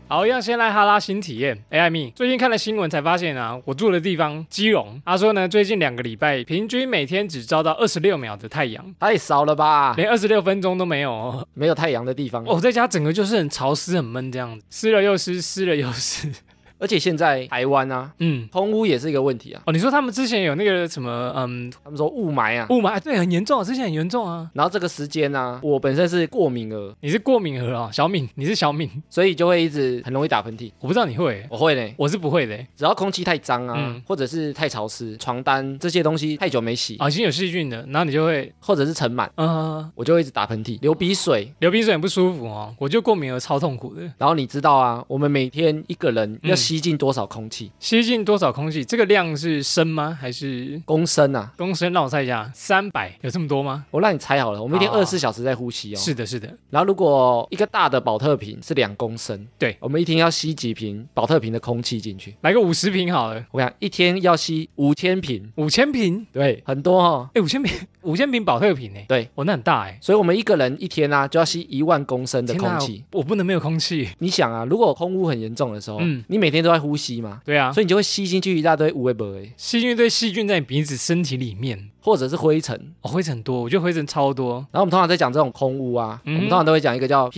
好，一样先来哈拉新体验。艾米最近看了新闻才发现啊，我住的地方基隆，他说呢，最近2个礼拜平均每天只照到26秒的太阳， 太少了吧？ 连26分钟都没有哦。 没有太阳的地方。 我在家整个就是很潮湿很闷这样子，湿了又湿，湿了又湿。 而且现在台湾啊，空污也是一个问题啊。 哦，你说他们之前有那个什么， 他们说雾霾啊， 雾霾，对，很严重，之前很严重啊。 然后这个时间啊，我本身是过敏儿， 你是过敏儿啊，小敏，你是小敏， 所以就会一直很容易打喷嚏。 我不知道你会， 我会呢， 我是不会的。 只要空气太脏啊，或者是太潮湿，床单这些东西太久没洗啊，已经有细菌了，然后你就会， 或者是尘螨，我就会一直打喷嚏、流鼻水， 流鼻水很不舒服哦。我就过敏儿超痛苦的。 然后你知道啊，我们每天一个人要吸进多少空气？ 吸进多少空气？这个量是升吗？还是公升啊？ 公升，让我猜一下，300有这么多吗？ 我让你猜好了，我们一天24小时在呼吸哦。 是的，是的。 然后如果一个大的保特瓶是2公升， 对， 我们一天要吸几瓶保特瓶的空气进去？ 来个50瓶好了。 我讲一天要吸5000瓶 ，5000瓶， 对，很多哦。 5000瓶保特瓶呢？ 对， 那很大哎。 所以我们一个人一天啊就要吸10000公升的空气。 我不能没有空气。 你想啊，如果空污很严重的时候，你每天都在呼吸嘛？ 对啊， 所以你就会吸进去一大堆有的没的， 吸进一堆细菌在你鼻子、身体里面， 或者是灰尘。 灰尘多，我觉得灰尘超多。 然后我们通常在讲这种空污啊，我们通常都会讲一个叫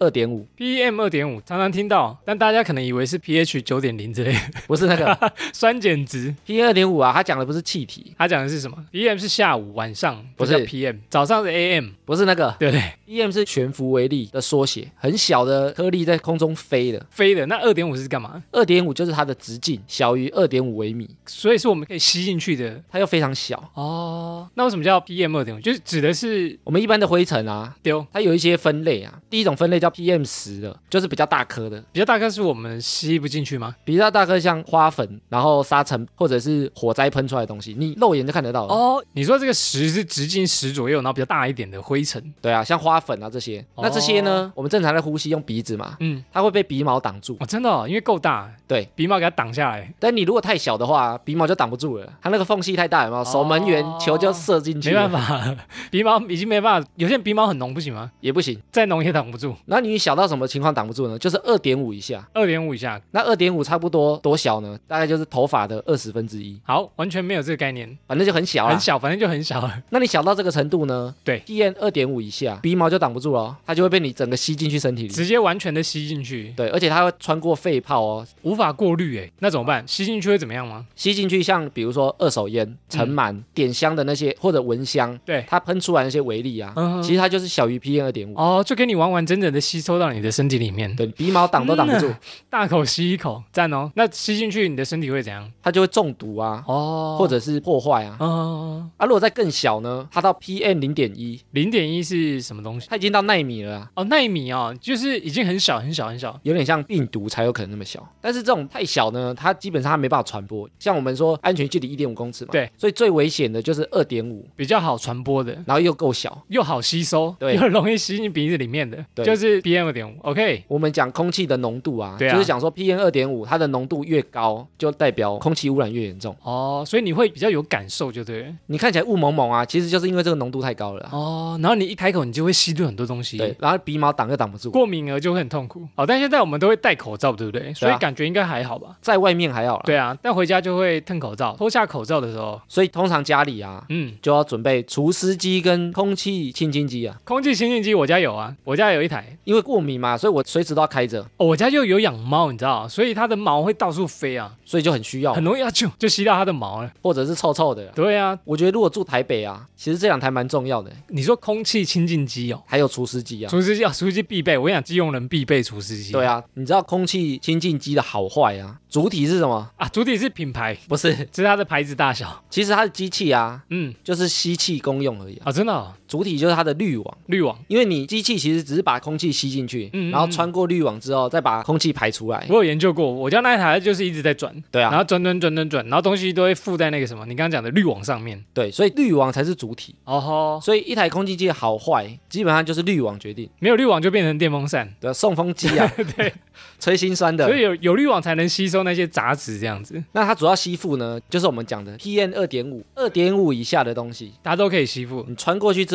PM2.5。 PM2.5常常听到，但大家可能以为是 pH 9.0之类的， 不是那个酸碱值。 PM2.5啊，它讲的不是气体， 它讲的是什么 ？PM 是下午、晚上， 不是 PM， 早上是 AM， 不是那个， 对不对 ？PM 是悬浮微粒的缩写，很小的颗粒在空中飞的。 那2.5是干嘛 ？2.5就是它的直径小于2.5微米， 所以是我们可以吸进去的， 它又非常小哦。那为什么叫 PM2.5？就是指的是我们一般的灰尘啊，它有一些分类啊。第一种分类叫 PM10的，就是比较大颗的。 比较大颗是我们吸不进去吗？ 比较大颗像花粉，然后沙尘或者是火灾喷出来的东西，你肉眼就看得到了。 哦，你说这个10是直径10左右，然后比较大一点的灰尘。 对啊，像花粉啊这些。那这些呢，我们正常在呼吸用鼻子嘛，它会被鼻毛挡住。 哦，真的因为够大， 对， 鼻毛给它挡下来。 但你如果太小的话，鼻毛就挡不住了，它那个缝隙太大，有没有？守门员球就射进去。 没办法，鼻毛已经没办法。有些人鼻毛很浓，不行吗？ 也不行， 再浓也挡不住。 然后你小到什么情况挡不住呢？就是2.5以下。 2.5以下， 那2.5差不多多小呢？大概就是头发的1/20。 好，完全没有这个概念， 反正就很小啊， 很小，反正就很小。 那你小到这个程度呢？ 对 ，PM2.5以下，鼻毛就挡不住了，它就会被你整个吸进去身体里， 直接完全的吸进去。 对，而且它会穿过肺泡哦， 无法过滤哎，那怎么办？吸进去会怎么样吗？ 吸进去像比如说二手烟、尘螨、点香的那些或者蚊香， 对， 它喷出来那些微粒啊，其实它就是小于 PM2.5。 哦，就给你完完整整的吸收到你的身体里面。 对，鼻毛挡都挡不住， 大口吸一口，赞哦。那吸进去你的身体会怎样？ 它就会中毒啊，或者是破坏啊。如果再更小呢？它到 PM0.1， 0.1是什么东西？ 它已经到奈米了啊。 哦，奈米哦，就是已经很小很小很小， 有点像病毒才有可能那么小。但是这种太小呢，它基本上它没办法传播。像我们说安全距离1.5公尺嘛， 对， 所以最危险的就是2.5， 比较好传播的， 然后又够小， 又好吸收， 对， 又容易吸进鼻子里面的，就是 PM2.5。OK， 我们讲空气的浓度啊， 对啊， 就是讲说 PM2.5它的浓度越高，就代表空气污染越严重。 哦，所以你会比较有感受，就对了。 你看起来雾蒙蒙啊，其实就是因为这个浓度太高了啊。 哦，然后你一开口，你就会吸对很多东西。 对，然后鼻毛挡又挡不住， 过敏儿就会很痛苦。哦，但现在我们都会戴口罩，对不对？所以感觉应该还好吧？ 在外面还好啦。 对啊，但回家就会褪口罩，脱下口罩的时候， 所以通常家里啊，就要准备除湿机跟空气清净机啊。 空气清净机我家有啊，我家有一台， 因为过敏嘛，所以我随时都要开着。 哦，我家就有养猫，你知道，所以它的毛会到处飞啊， 所以就很需要， 很容易就吸到它的毛了， 或者是臭臭的。 对啊， 我觉得如果住台北啊，其实这两台蛮重要的。 你说空气清净机哦， 还有除湿机啊， 除湿机必备。我跟你讲，基隆人必备除湿机。 对啊，你知道空气清净机的好坏啊？主体是什么啊？主体是品牌， 不是， 这是它的牌子大小。 其实它的机器啊，就是吸气功用而已啊，真的哦。 主体就是它的滤网，因为你机器其实只是把空气吸进去，然后穿过滤网之后再把空气排出来。 我有研究过，我家那一台就是一直在转， 对啊， 然后转，然后东西都会附在那个什么你刚刚讲的滤网上面。 对，所以滤网才是主体。 哦吼， 所以一台空气机的好坏基本上就是滤网决定， 没有滤网就变成电风扇， 对，送风机啊， 对， 吹心酸的。 所以有滤网才能吸收那些杂质，这样子。 那它主要吸附呢，就是我们讲的 PM2.5，2.5以下的东西， 它都可以吸附。 你穿过去之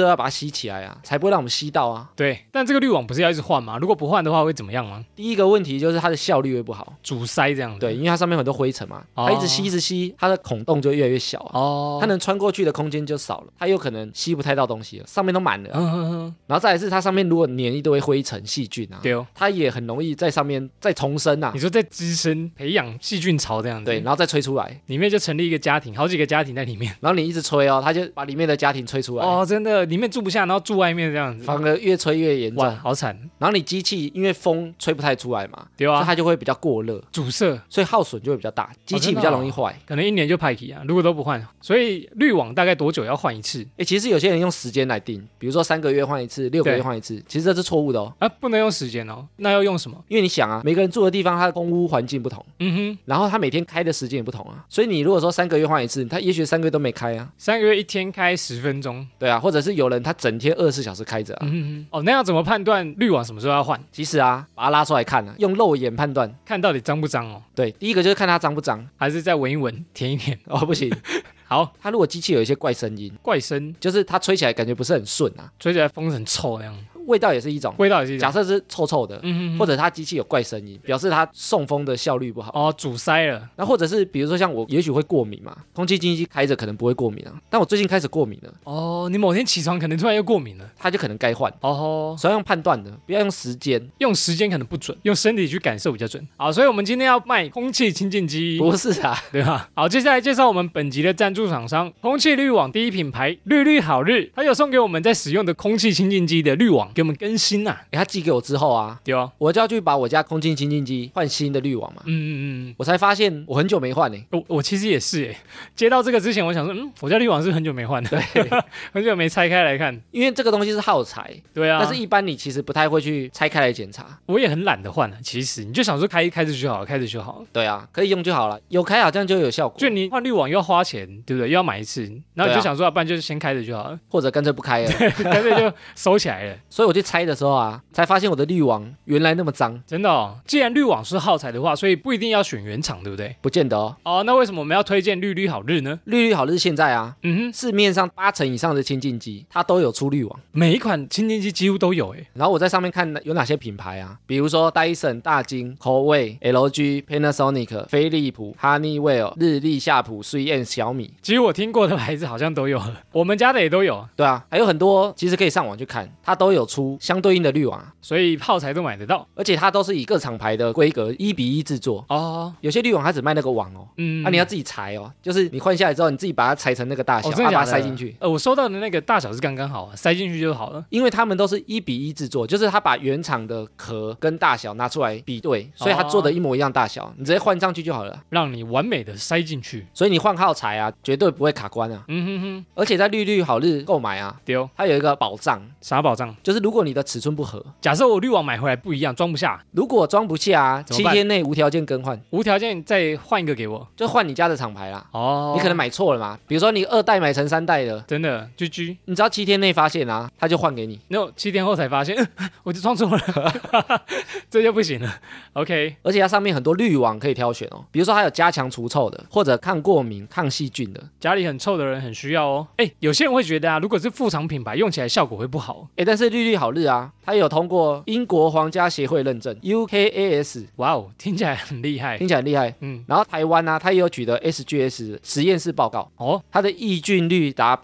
就是要把它吸起来啊，才不会让我们吸到啊。 对，但这个滤网不是要一直换吗？如果不换的话会怎么样吗？ 第一个问题就是它的效率会不好， 阻塞这样子。 对，因为它上面很多灰尘嘛，它一直吸一直吸，它的孔洞就越来越小啊，它能穿过去的空间就少了，它有可能吸不太到东西了，上面都满了。然后再来是它上面如果粘一堆灰尘细菌啊， 对哦， 它也很容易在上面再重生啊。 你说在滋生培养细菌巢这样子， 对，然后再吹出来， 里面就成立一个家庭，好几个家庭在里面， 然后你一直吹哦，它就把里面的家庭吹出来。 哦，真的，里面住不下，然后住外面这样子， 反而越吹越严重， 哇，好惨。 然后你机器因为风吹不太出来嘛， 对啊， 所以它就会比较过热， 阻塞， 所以耗损就会比较大，机器比较容易坏， 可能1年就派起啊，如果都不换。所以滤网大概多久要换一次？ 其实有些人用时间来定，比如说3个月换一次，6个月换一次，其实这是错误的哦。 啊，不能用时间哦，那要用什么？ 因为你想啊，每个人住的地方，它的空污环境不同，然后它每天开的时间也不同啊，所以你如果说3个月换一次，它也许3个月都没开啊 ，3个月一天开10分钟， 对啊，或者是有人他整天24小时开着啊， 哦，那要怎么判断滤网什么时候要换？ 其实啊，把它拉出来看啊，用肉眼判断， 看到底脏不脏哦。 对，第一个就是看它脏不脏， 还是再闻一闻，舔一舔。 哦，不行。 好， 它如果机器有一些怪声音， 怪声就是它吹起来感觉不是很顺啊， 吹起来风很臭那样， 味道也是一种， 味道也是一种。 假设是臭臭的，或者它机器有怪声音，表示它送风的效率不好。 哦，阻塞了。 那或者是比如说像我，也许会过敏嘛，空气净化机开着可能不会过敏啊，但我最近开始过敏了。 哦，你某天起床可能突然又过敏了， 它就可能该换。 哦， 所以要用判断的，不要用时间， 用时间可能不准，用身体去感受比较准。好，所以我们今天要卖空气清净机， 不是啊， 对吧？好，接下来介绍我们本集的赞助厂商——空气滤网第一品牌绿绿好日，它有送给我们在使用的空气清净机的滤网给我们更新啊。 他寄给我之后啊， 对啊， 我就要去把我家空气清净机换新的滤网嘛。我才发现我很久没换呢。 我其实也是哎，接到这个之前，我想说，我家滤网是很久没换的，对，很久没拆开来看， 因为这个东西是耗材， 对啊， 但是一般你其实不太会去拆开来检查。 我也很懒得换了，其实你就想说开着就好了，开着就好了。 对啊，可以用就好了，有开好这样就有效果。 就你换滤网又要花钱，对不对？又要买一次，然后你就想说，不然就是先开着就好了， 或者干脆不开了， 干脆就收起来了。 所以我去拆的时候啊，才发现我的滤网原来那么脏。 真的哦，既然滤网是耗材的话，所以不一定要选原厂，对不对？ 不见得哦。 哦，那为什么我们要推荐绿绿好日呢？ 绿绿好日现在啊，市面上80%以上的清净机它都有出滤网， 每一款清净机几乎都有诶。 然后我在上面看有哪些品牌啊，比如说戴森、大金、Coway、LG、Panasonic、飞利浦、Honeywell、日立、夏普、3M、小米， 其实我听过的牌子好像都有了，我们家的也都有。 对啊，还有很多其实可以上网去看，它都有出相对应的滤网啊， 所以耗材都买得到， 而且它都是以各厂牌的规格1:1制作哦。有些滤网它只卖那个网哦，你要自己裁哦，就是你换下来之后，你自己把它裁成那个大小，把它塞进去。 我收到的那个大小是刚刚好啊，塞进去就好了。 因为他们都是1:1制作，就是他把原厂的壳跟大小拿出来比对，所以他做的一模一样大小，你直接换上去就好了， 让你完美的塞进去。 所以你换耗材啊，绝对不会卡关啊。而且在绿绿好日购买啊，它有一个保障。 啥保障？ 就是如果你的尺寸不合， 假设我滤网买回来不一样，装不下， 如果装不下啊，7天内无条件更换， 无条件再换一个给我， 就换你家的厂牌啦。 哦， 你可能买错了嘛，比如说你2代买成3代的， 真的 GG， 你只要7天内发现啊，他就换给你。 7天后才发现，我就装错了，这就不行了。OK， 而且它上面很多滤网可以挑选哦，比如说还有加强除臭的，或者抗过敏、抗细菌的。 家里很臭的人很需要哦。有些人会觉得啊，如果是副厂品牌，用起来效果会不好。 但是绿绿好日啊，它有通过英国皇家协会认证 UKAS， 哇哦，听起来很厉害， 听起来很厉害。然后台湾啊，它也有取得 SGS 实验室报告哦，它的抑菌率达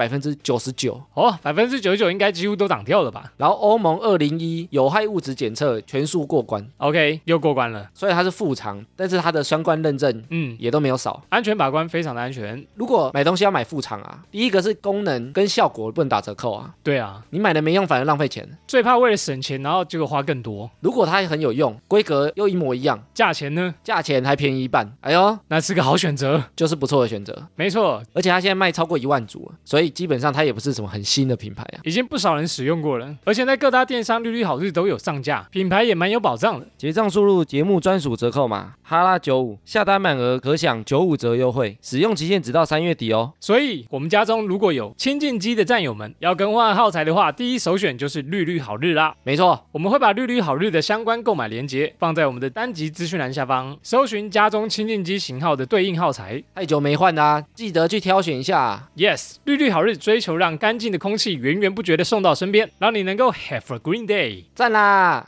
99% 哦，99%应该几乎都挡掉了吧？ 然后欧盟201有害物质检测全数过关 ，OK， 又过关了。 所以它是副厂，但是它的相关认证也都没有少， 安全把关非常的安全。 如果买东西要买副厂啊，第一个是功能跟效果不能打折扣啊。 对啊， 你买了没用反而浪费钱， 最怕为了省钱，然后结果花更多。 如果它很有用，规格又一模一样， 价钱呢？ 价钱还便宜一半，哎呦， 那是个好选择， 就是不错的选择。没错，而且它现在卖超过1万组，所以基本上它也不是什么很新的品牌啊， 已经不少人使用过了，而且在各大电商绿绿好日都有上架，品牌也蛮有保障的。 结账输入节目专属折扣码哈拉95，下单满额可享95折优惠，使用期限直到3月底哦。 所以我们家中如果有清净机的战友们要更换耗材的话，第一首选就是绿绿好日啦。 没错， 我们会把绿绿好日的相关购买链接放在我们的单集资讯栏下方，搜寻家中清净机型号的对应耗材。 太久没换啦，记得去挑选一下。 Yes， 绿绿好日追求让干净的空气源源不绝的送到身边，让你能够 have a green day。 赞啦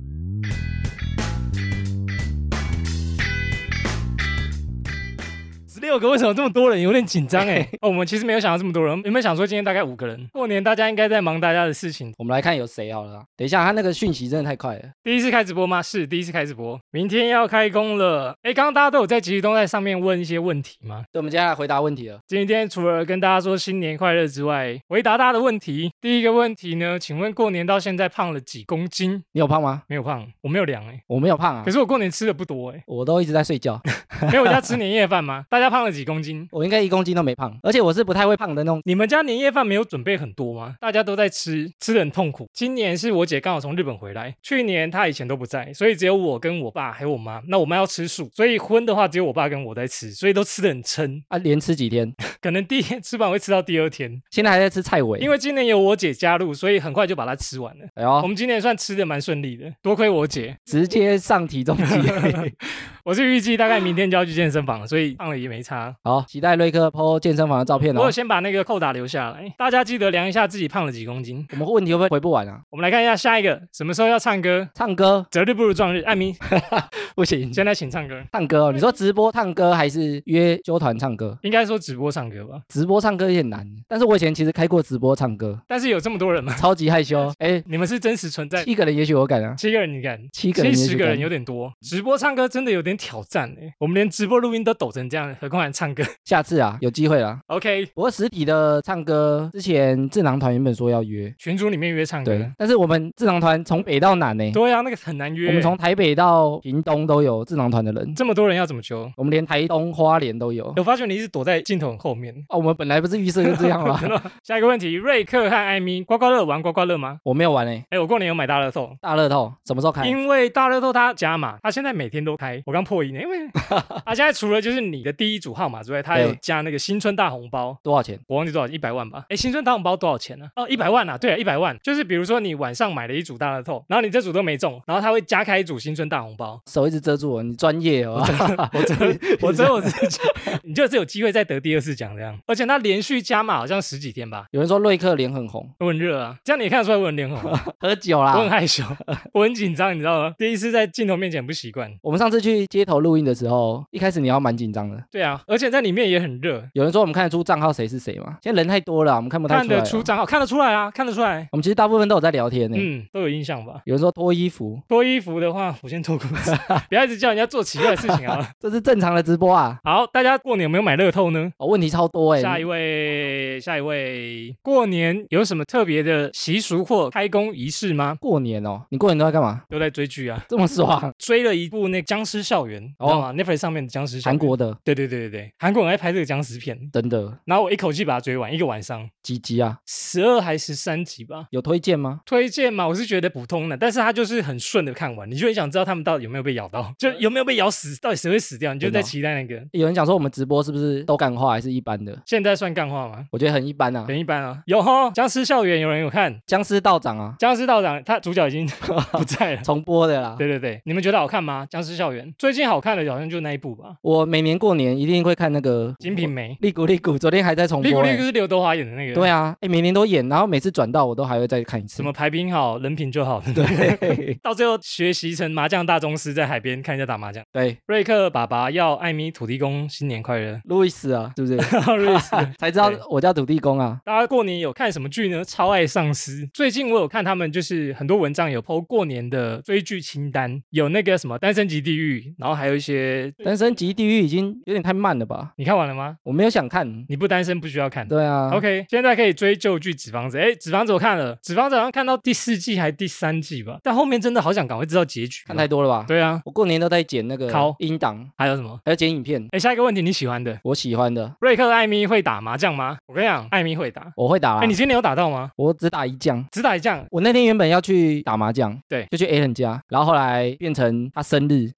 ！16个为什么这么多人？有点紧张哎。我们其实没有想到这么多人，有没有想说今天大概5个人？过年大家应该在忙大家的事情。 我们来看有谁好了。等一下，他那个讯息真的太快了。 第一次开直播吗？是第一次开直播。明天要开工了。哎，刚刚大家都有在即时通在上面问一些问题吗？ 对，我们接下来回答问题了。 今天除了跟大家说新年快乐之外，回答大家的问题。第一个问题呢，请问过年到现在胖了几公斤？ 你有胖吗？ 没有胖，我没有量哎。 我没有胖啊。 可是我过年吃的不多哎。 我都一直在睡觉。 没有，我家吃年夜饭吗？大家胖了几公斤？ 我应该1公斤都没胖，而且我是不太会胖的那种。 你们家年夜饭没有准备很多吗？大家都在吃，吃得很痛苦。今年是我姐刚好从日本回来，去年她以前都不在，所以只有我跟我爸还有我妈。那我妈要吃素，所以荤的话只有我爸跟我在吃，所以都吃得很撑啊。连吃几天？ 可能第一天吃完会吃到第2天。 现在还在吃菜尾， 因为今年有我姐加入，所以很快就把它吃完了。 哎呦， 我们今年算吃得蛮顺利的，多亏我姐直接上体重机。 我是预计大概明天就要去健身房，所以胖了也没差。 好，期待瑞克 po 健身房的照片哦。 我有先把那个扣打留下来，大家记得量一下自己胖了几公斤。 我们问题会不会回不完啊？ 我们来看一下下一个，什么时候要唱歌？ 唱歌， 择日不如撞日。艾米， 不行， 现在请唱歌。 唱歌哦，你说直播唱歌还是约纠团唱歌？ 应该说直播唱歌吧。 直播唱歌有点难，但是我以前其实开过直播唱歌。 但是有这么多人吗？ 超级害羞。哎， 你们是真实存在。 7个人也许我敢啊。 7个人你敢 ？7个人 70个人有点多。直播唱歌真的有点挑战哎，我们连直播录音都抖成这样，何况还唱歌？ 下次啊，有机会啦。 OK， 不过实体的唱歌之前智囊团原本说要约， 群组里面约唱歌。 对，但是我们智囊团从北到南呢。 对啊，那个很难约。 我们从台北到屏东都有智囊团的人， 这么多人要怎么揪？ 我们连台东、花莲都有。 我发觉你一直躲在镜头很后面。 哦，我们本来不是预设就这样吗？ 下一个问题，瑞克和艾米刮刮乐玩刮刮乐吗？ 我没有玩哎。 哎，我过年有买大乐透。 大乐透什么时候开？ 因为大乐透它加码，它现在每天都开。我刚破音，因为它现在除了就是你的第一组号码之外，它有加那个新春大红包。 多少钱？ 我忘记多少，100万吧。哎，新春大红包多少钱呢？哦，100万啊。对啊，100万。就是比如说你晚上买了一组大乐透，然后你这组都没中，然后它会加开一组新春大红包。 手一直遮住我，你专业哦。 我遮我自己，你就是有机会再得第2次奖这样。而且它连续加码好像10几天吧。 有人说瑞克脸很红， 我很热啊，这样你也看得出来我很脸红。 喝酒啦， 我很害羞，我很紧张，你知道吗？第一次在镜头面前不习惯。 我们上次去街头录音的时候，一开始你要蛮紧张的。 对啊，而且在里面也很热。 有人说我们看得出账号谁是谁吗？现在人太多了，我们看不太出来。 看得出账号，看得出来啊，看得出来。 我们其实大部分都有在聊天呢。 都有印象吧。 有人说脱衣服， 脱衣服的话，我先脱裤子，不要一直叫人家做奇怪的事情啊。 这是正常的直播啊。 好，大家过年有没有买乐透呢？ 哦，问题超多哎。 下一位，过年有什么特别的习俗或开工仪式吗？ 过年哦，你过年都在干嘛？ 都在追剧啊， 这么爽。 追了一部那僵尸校园，知道吗？Netflix 上面的僵尸校园， 韩国的。 对，韩国人爱拍这个僵尸片， 真的。 然后我一口气把它追完，1个晚上。 几集啊 ？12还13集吧。 有推荐吗？ 推荐嘛，我是觉得普通的，但是它就是很顺的看完，你就很想知道他们到底有没有被咬到，就有没有被咬死，到底谁会死掉，你就在期待那个。 有人讲说我们直播是不是都干话还是一般的？ 现在算干话吗？ 我觉得很一般啊， 很一般啊。有齁，僵尸校园有人有看？ 僵尸道长啊， 僵尸道长他主角已经不在了， 重播的啦。 对，你们觉得好看吗？僵尸校园最近好看的好像就那一部吧。 我每年过年一定会看那个 《金瓶梅》。 利古，昨天还在重播。 利古是刘德华演的那个。 对啊，每年都演，然后每次转到我都还会再看一次。 什么牌品好，人品就好。 对， 到最后学习成麻将大宗师，在海边看一下打麻将。 对， 瑞克爸爸要艾米土地公新年快乐。 路易斯啊，是不是？ 路易斯才知道我叫土地公啊。 大家过年有看什么剧呢？超爱丧尸。最近我有看他们就是很多文章有 po 过年的追剧清单，有那个什么单身级地狱，然后还有一些单身级地狱已经有点太慢了吧？ 你看完了吗？ 我没有想看。 你不单身不需要看。 对啊。 OK， 现在可以追旧剧《纸房子》。纸房子我看了，《纸房子》好像看到第4季还是第3季吧，但后面真的好想赶快知道结局。 看太多了吧？ 对啊， 我过年都在剪那个音档， 还有什么？ 还有剪影片。 下一个问题，你喜欢的？ 我喜欢的。 瑞克艾米会打麻将吗？我跟你讲，艾米会打， 我会打啦。 你今年有打到吗？ 我只打一将， 只打一将。 我那天原本要去打麻将， 对， 就去 Alan 家，然后后来变成他生日，乱入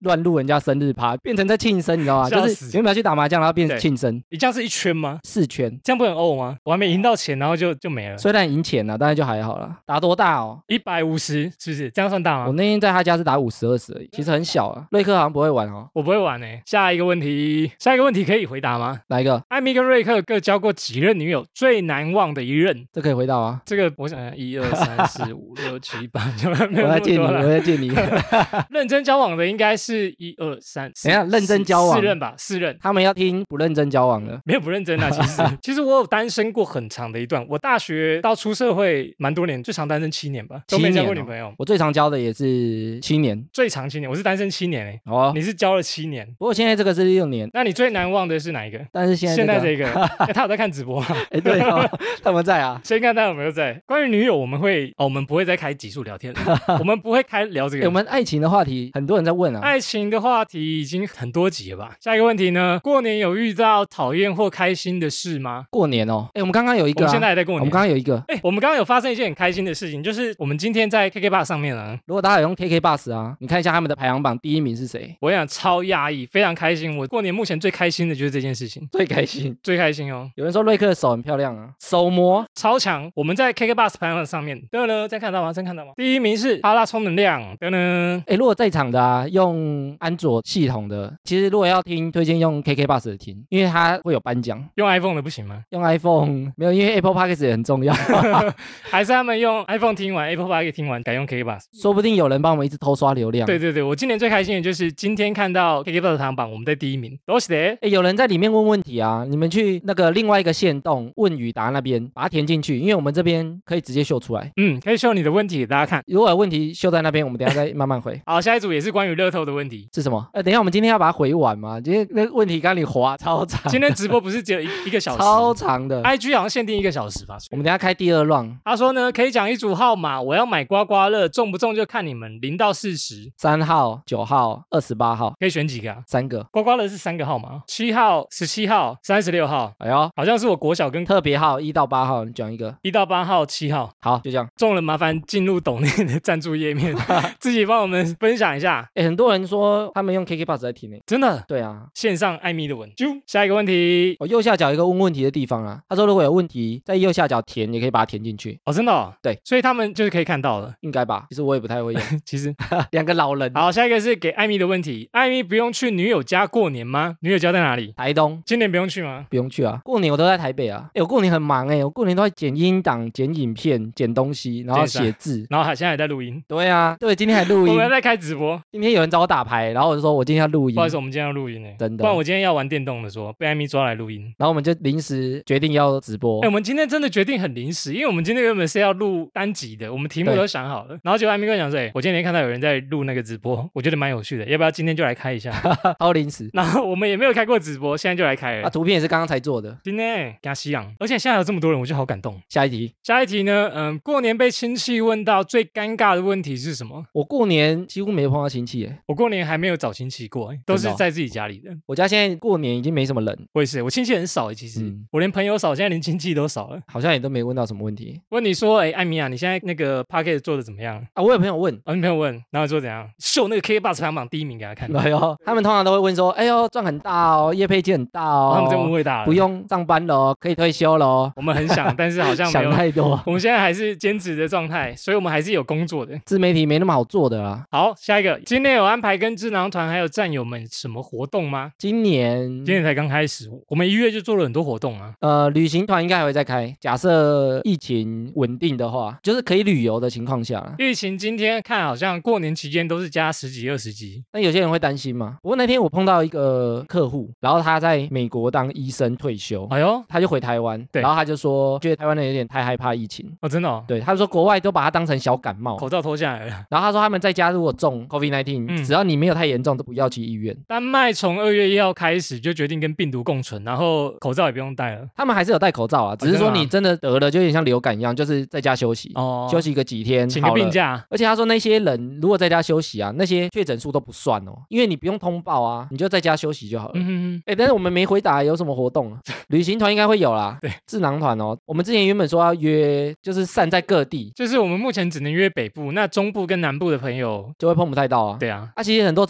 人家生日趴，变成在庆生，你知道吗？就是原本要去打麻将，然后变成庆生。 你这样是一圈吗 ？4圈， 这样不很欧吗？我还没赢到钱，然后就没了。 虽然赢钱了，但是就还好了。打多大哦 ？150是不是？这样算大吗？ 我那天在他家是打50-20而已，其实很小啊。瑞克好像不会玩哦。 我不会玩欸。下一个问题可以回答吗？ 哪一个？ 艾米跟瑞克各交过几任女友？最难忘的一任？ 这可以回答啊。 这个我想想，1、2、3、4、5、6、7、8， 我在借你，我在借你。 认真交往的应该是1、2、3、4。 等一下，认真交往 4任吧，4任。 他们要听不认真交往的， 没有不认真啊。其实我有单身过很长的一段，我大学到出社会蛮多年，最长单身7年吧，都没交过女朋友。 我最长交的也是7年， 最长7年，我是单身7年欸。 哦， 你是交了7年， 不过现在这个是6年。 那你最难忘的是哪一个？ 但是现在这个，他有在看直播吗？ 对哦，他们在啊。 先看他有没有在。关于女友，我们不会再开集数聊天了，我们不会聊这个。 我们爱情的话题很多人在问啊， 爱情的话题已经很多集了吧？下一个问题呢？过年有遇到讨厌或开心的事吗？ 过年哦，我们刚刚有一个， 我们现在还在过年。 我们刚刚有一个， 我们刚刚有发生一件很开心的事情，就是我们今天在 KKBOX 上面啊。 如果大家有用 KKBOX 啊，你看一下他们的排行榜，第1名是谁？ 我想超讶异，非常开心。我过年目前最开心的就是这件事情， 最开心哦。 有人说瑞克的手很漂亮啊，手模超强。我们在 KKBOX 排行榜上面，再看到吗？第1名是哈拉充能量， 如果在场的啊，用安卓系统的，其实如果要听，推荐用 KKBOX 的听，因为它会有颁奖。 用 iPhone 的不行吗？ 用 iPhone 没有，因为 Apple Podcast 也很重要。 还是他们用 iPhone 听完 Apple Podcast 听完，改用 KKBOX， 说不定有人帮我们一直偷刷流量。 对，我今年最开心的就是今天看到 KKBOX 排行榜，我们在第1名。都是的。 有人在里面问问题啊，你们去那个另外一个限动问与答那边把它填进去，因为我们这边可以直接秀出来。 可以秀你的问题给大家看。 如果有问题秀在那边，我们等一下再慢慢回。 好，下一组也是关于乐透的问题。 是什么？等一下我们今天要把它回完吗？今天那个问题刚刚你滑超长。 今天直播不是只有一个小时？ 超长的。 IG 好像限定1个小时吧。 我们等一下开第2 round。 他说呢，可以讲一组号码，我要买刮刮乐，中不中就看你们0到40。 3号、9号、28号， 可以选几个啊 ？3个。 刮刮乐是3个号码，7号、17号、36号。 哎呦， 好像是我国小跟特别号1到8号，你讲一个。 1到8号、7号。 好，就这样。 中了麻烦进入抖内的赞助页面，自己帮我们分享一下。 很多人说他们用 KKBOX 在听呢。 真的？ 对啊， 线上艾米的文。下一个问题， 右下角一个问问题的地方啊。他说如果有问题，在右下角填，也可以把它填进去。 真的哦？ 对， 所以他们就是可以看到了， 应该吧？其实我也不太会用。 其实 2个老人。 好，下一个是给艾米的问题。艾米不用去女友家过年吗？女友家在哪里？ 台东。 今年不用去吗？ 不用去啊，过年我都在台北啊。我过年很忙我过年都在剪音档、剪影片、剪东西，然后写字， 然后现在还在录音。 对啊，对，今天还录音。 我们在开直播。 今天有人找我打牌，然后我就说我今天要录音。 不好意思，我们今天要录音真的。 不然我今天要玩电动的说被艾米抓来录音， 然后我们就临时决定要直播。 我们今天真的决定很临时，因为我们今天原本是要录单集的，我们题目都想好了，然后就艾米跟我讲说，我今天看到有人在录那个直播，我觉得蛮有趣的，要不要今天就来开一下？ 好临时。 然后我们也没有开过直播，现在就来开了。 图片也是刚刚才做的。 今天给他吸氧，而且现在有这么多人，我就好感动。 下一题呢？过年被亲戚问到最尴尬的问题是什么？ 我过年几乎没碰到亲戚我过年还没有找亲戚过都是在自己家里的。 我家现在过年已经没什么人。 我也是，我亲戚很少其实我连朋友少，现在连亲戚都少了。 好像也都没问到什么问题。 问你说，艾米啊，你现在那个 podcast 做的怎么样啊？我有朋友问， 你朋友问，然后说怎样秀那个 KKBOX 排行榜第1名给他看。 哎呦，他们通常都会问说，哎呦赚很大哦，业配金很大哦， 他们真误会大了， 不用上班了，可以退休了。 我们很想，但是好像没有想太多。 我们现在还是兼职的状态，所以我们还是有工作的。 自媒体没那么好做的啦。 好，下一个，今年有安排跟智囊团还有战友们什么活动吗？ 今年才刚开始，我们1月就做了很多活动啊。 旅行团应该还会再开，假设疫情稳定的话，就是可以旅游的情况下。 疫情今天看好像过年期间都是加10几20几， 那有些人会担心嘛。不过那天我碰到一个客户，然后他在美国当医生退休，他就回台湾，然后他就说觉得台湾人有点太害怕疫情。 真的哦？ 对，他说国外都把它当成小感冒， 口罩脱下来了。 然后他说他们在家如果中 COVID-19，只要你没有太严重，都不要去医院。 丹麦从2月1号开始就决定跟病毒共存，然后口罩也不用戴了。 他们还是有戴口罩啊，只是说你真的得了，就有点像流感一样，就是在家休息，休息个几天， 请个病假。 而且他说那些人如果在家休息啊，那些确诊数都不算因为你不用通报啊，你就在家休息就好了。但是我们没回答有什么活动啊？旅行团应该会有啦，对，智囊团我们之前原本说要约，就是散在各地， 就是我们目前只能约北部，那中部跟南部的朋友就会碰不太到啊。 对啊， 其实很多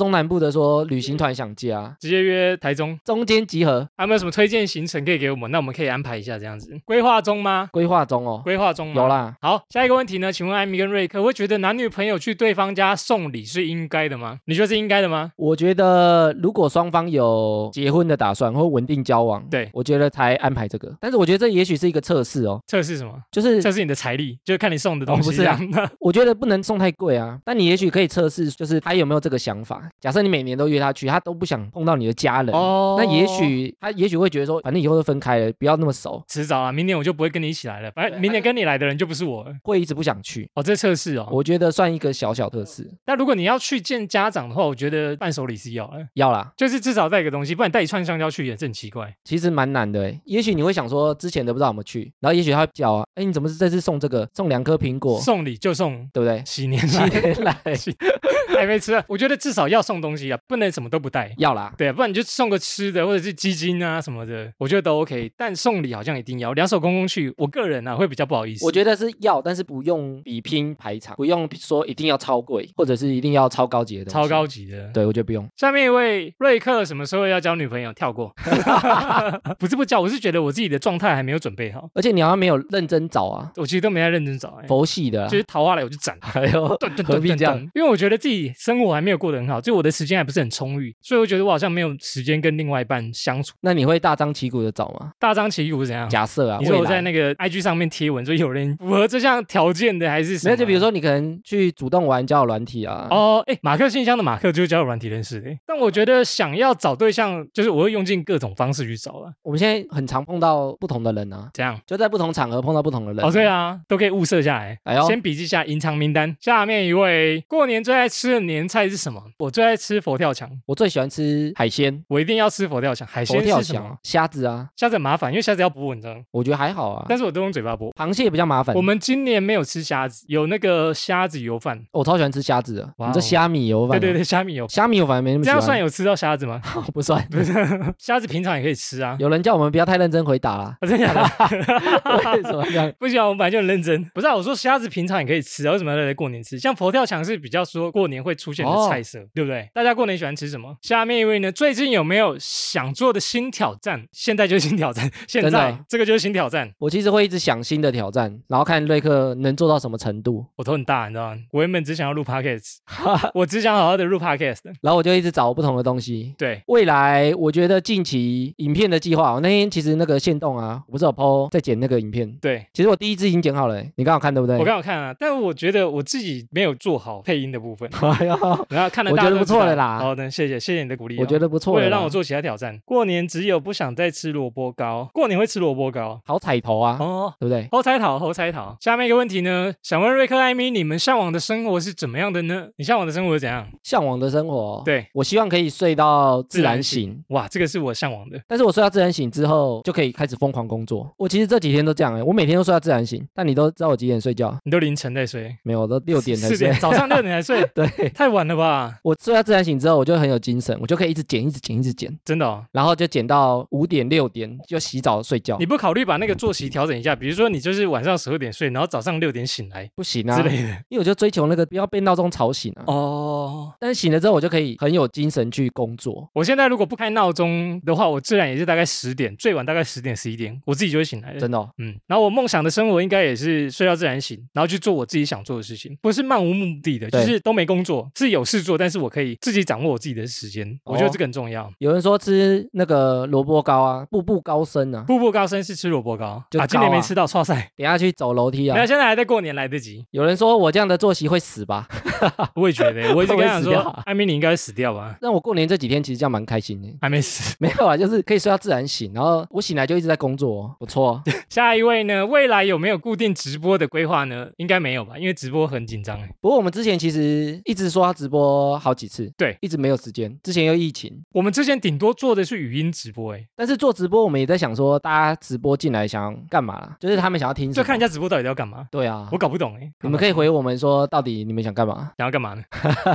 中南部的说旅行团想加， 直接约台中， 中间集合。 还有没有什么推荐行程可以给我们？那我们可以安排一下这样子。规划中吗？ 规划中哦， 规划中吗？ 有啦。 好，下一个问题呢？请问艾米跟瑞克会觉得男女朋友去对方家送礼是应该的吗？你觉得是应该的吗？ 我觉得如果双方有结婚的打算或稳定交往， 对， 我觉得才安排这个。但是我觉得这也许是一个测试哦。 测试什么？ 就是测试你的财力，就是看你送的东西。 不是啊，我觉得不能送太贵啊。但你也许可以测试，就是他有没有这个想法。假设你每年都约他去，他都不想碰到你的家人，那也许他会觉得说，反正以后都分开了，不要那么熟。 迟早啊，明年我就不会跟你一起来了。反正明年跟你来的人就不是我了， 会一直不想去。 这测试哦， 我觉得算一个小小测试。 那如果你要去见家长的话，我觉得伴手礼是要的， 要啦， 就是至少带一个东西，不然带一串香蕉去也是很奇怪。 其实蛮难的诶，也许你会想说，之前都不知道怎么去，然后也许他会叫啊，你怎么是这次送这个，送2颗苹果， 送礼就送， 对不对？ 喜年来， 还没吃，我觉得至少要送东西啊，不能什么都不带。 要啦， 对，不然你就送个吃的或者是鸡精啊什么的，我觉得都 OK。但送礼好像一定要两手空空去，我个人啊会比较不好意思。 我觉得是要，但是不用比拼排场，不用说一定要超贵，或者是一定要超高级的东西。 超高级的， 对我觉得不用。 下面一位瑞克什么时候要交女朋友？跳过，不是不交，我是觉得我自己的状态还没有准备好， 而且你好像没有认真找啊， 我其实都没在认真找， 佛系的， 就是桃花来我就斩， 哎呦，何必这样？ 因为我觉得自己生活还没有过得很好，就我的时间还不是很充裕，所以我觉得我好像没有时间跟另外一半相处。 那你会大张旗鼓的找吗？ 大张旗鼓是怎样？ 假设啊， 你说我在那个 IG 上面贴文，说有人符合这项条件的，还是什么？ 没有，就比如说你可能去主动玩交友软体啊。 马克信箱的马克就是交友软体认识的。但我觉得想要找对象，就是我会用尽各种方式去找了。 我们现在很常碰到不同的人啊， 这样就在不同场合碰到不同的人。 对啊，都可以物色下来。 哎呦， 先笔记下隐藏名单。下面一位，过年最爱吃的年菜是什么？我最爱吃佛跳墙。 我最喜欢吃海鲜， 我一定要吃佛跳墙。海鲜是什么？ 虾子啊， 虾子很麻烦，因为虾子要剥，你知道吗？ 我觉得还好啊， 但是我都用嘴巴剥。 螃蟹比较麻烦。 我们今年没有吃虾子，有那个虾子油饭。 我超喜欢吃虾子的，你这虾米油饭？ 对，虾米油。 虾米油反而没那么喜欢。 这样算有吃到虾子吗？ 不算，不是。 虾子平常也可以吃啊。 有人叫我们不要太认真回答啦。 真的假的？ 为什么这样？ 不行，我们本来就很认真。不是，我说虾子平常也可以吃啊，为什么要在过年吃？像佛跳墙是比较说过年会出现的菜色，对不对？大家过年喜欢吃什么？下面一位呢，最近有没有想做的新挑战？现在就是新挑战，现在这个就是新挑战。 我其实会一直想新的挑战，然后看瑞克能做到什么程度。 我头很大，你知道吗？我原本只想要录 podcast， 我只想好好的录 podcast， 然后我就一直找不同的东西。 对， 未来我觉得近期影片的计划，我那天其实那个限动啊，我不是有 po 在剪那个影片。 对， 其实我第一支已经剪好了，你刚好看对不对？ 我刚好看啊，但我觉得我自己没有做好配音的部分。然后看了， 我觉得不错了啦。 好的，谢谢你的鼓励。 我觉得不错了， 为了让我做其他挑战。过年只有不想再吃萝卜糕，过年会吃萝卜糕， 好彩头啊，对不对？ 好彩头。下面一个问题呢，想问瑞克艾米，你们向往的生活是怎么样的呢？你向往的生活是怎样？ 向往的生活， 对， 我希望可以睡到自然醒。 哇，这个是我向往的。 但是我睡到自然醒之后，就可以开始疯狂工作。我其实这几天都这样我每天都睡到自然醒。但你都知道我几点睡觉？ 你都凌晨在睡？ 没有，我都6点才睡。 早上6点才睡？ 对， 太晚了吧？ 我睡到自然醒之后，我就很有精神，我就可以一直剪，真的哦。 然后就剪到5点6点就洗澡睡觉。 你不考虑把那个作息调整一下？比如说你就是晚上12点睡，然后早上6点醒来， 不行啊之类的。 因为我就追求那个不要被闹钟吵醒啊。但是醒了之后，我就可以很有精神去工作。 我现在如果不开闹钟的话，我自然也是大概10点，最晚大概10点11点，我自己就会醒来了。 真的哦。 然后我梦想的生活应该也是睡到自然醒，然后去做我自己想做的事情，不是漫无目的的，就是都没工作，是有事做，但是我可以自己掌握我自己的时间。我觉得这个很重要。 有人说吃那个萝卜糕啊，步步高升啊。 步步高升是吃萝卜糕啊， 今年没吃到，剉赛。 等下去走楼梯啊。 那现在还在过年，来得及。 有人说我这样的作息会死吧？ 我也觉得，我一直跟他讲说，艾米你应该死掉吧。 那我过年这几天其实这样蛮开心的。 还没死？ 没有啊，就是可以睡到自然醒，然后我醒来就一直在工作，不错。 下一位呢？未来有没有固定直播的规划呢？应该没有吧，因为直播很紧张。 不过我们之前其实一直说要直播好几次， 对， 一直没有时间。之前又疫情， 我们之前顶多做的是语音直播， 但是做直播我们也在想说，大家直播进来想要干嘛啦？就是他们想要听什么， 就看人家直播到底要干嘛。 对啊， 我搞不懂你们可以回我们说，到底你们想干嘛？ 想要干嘛呢？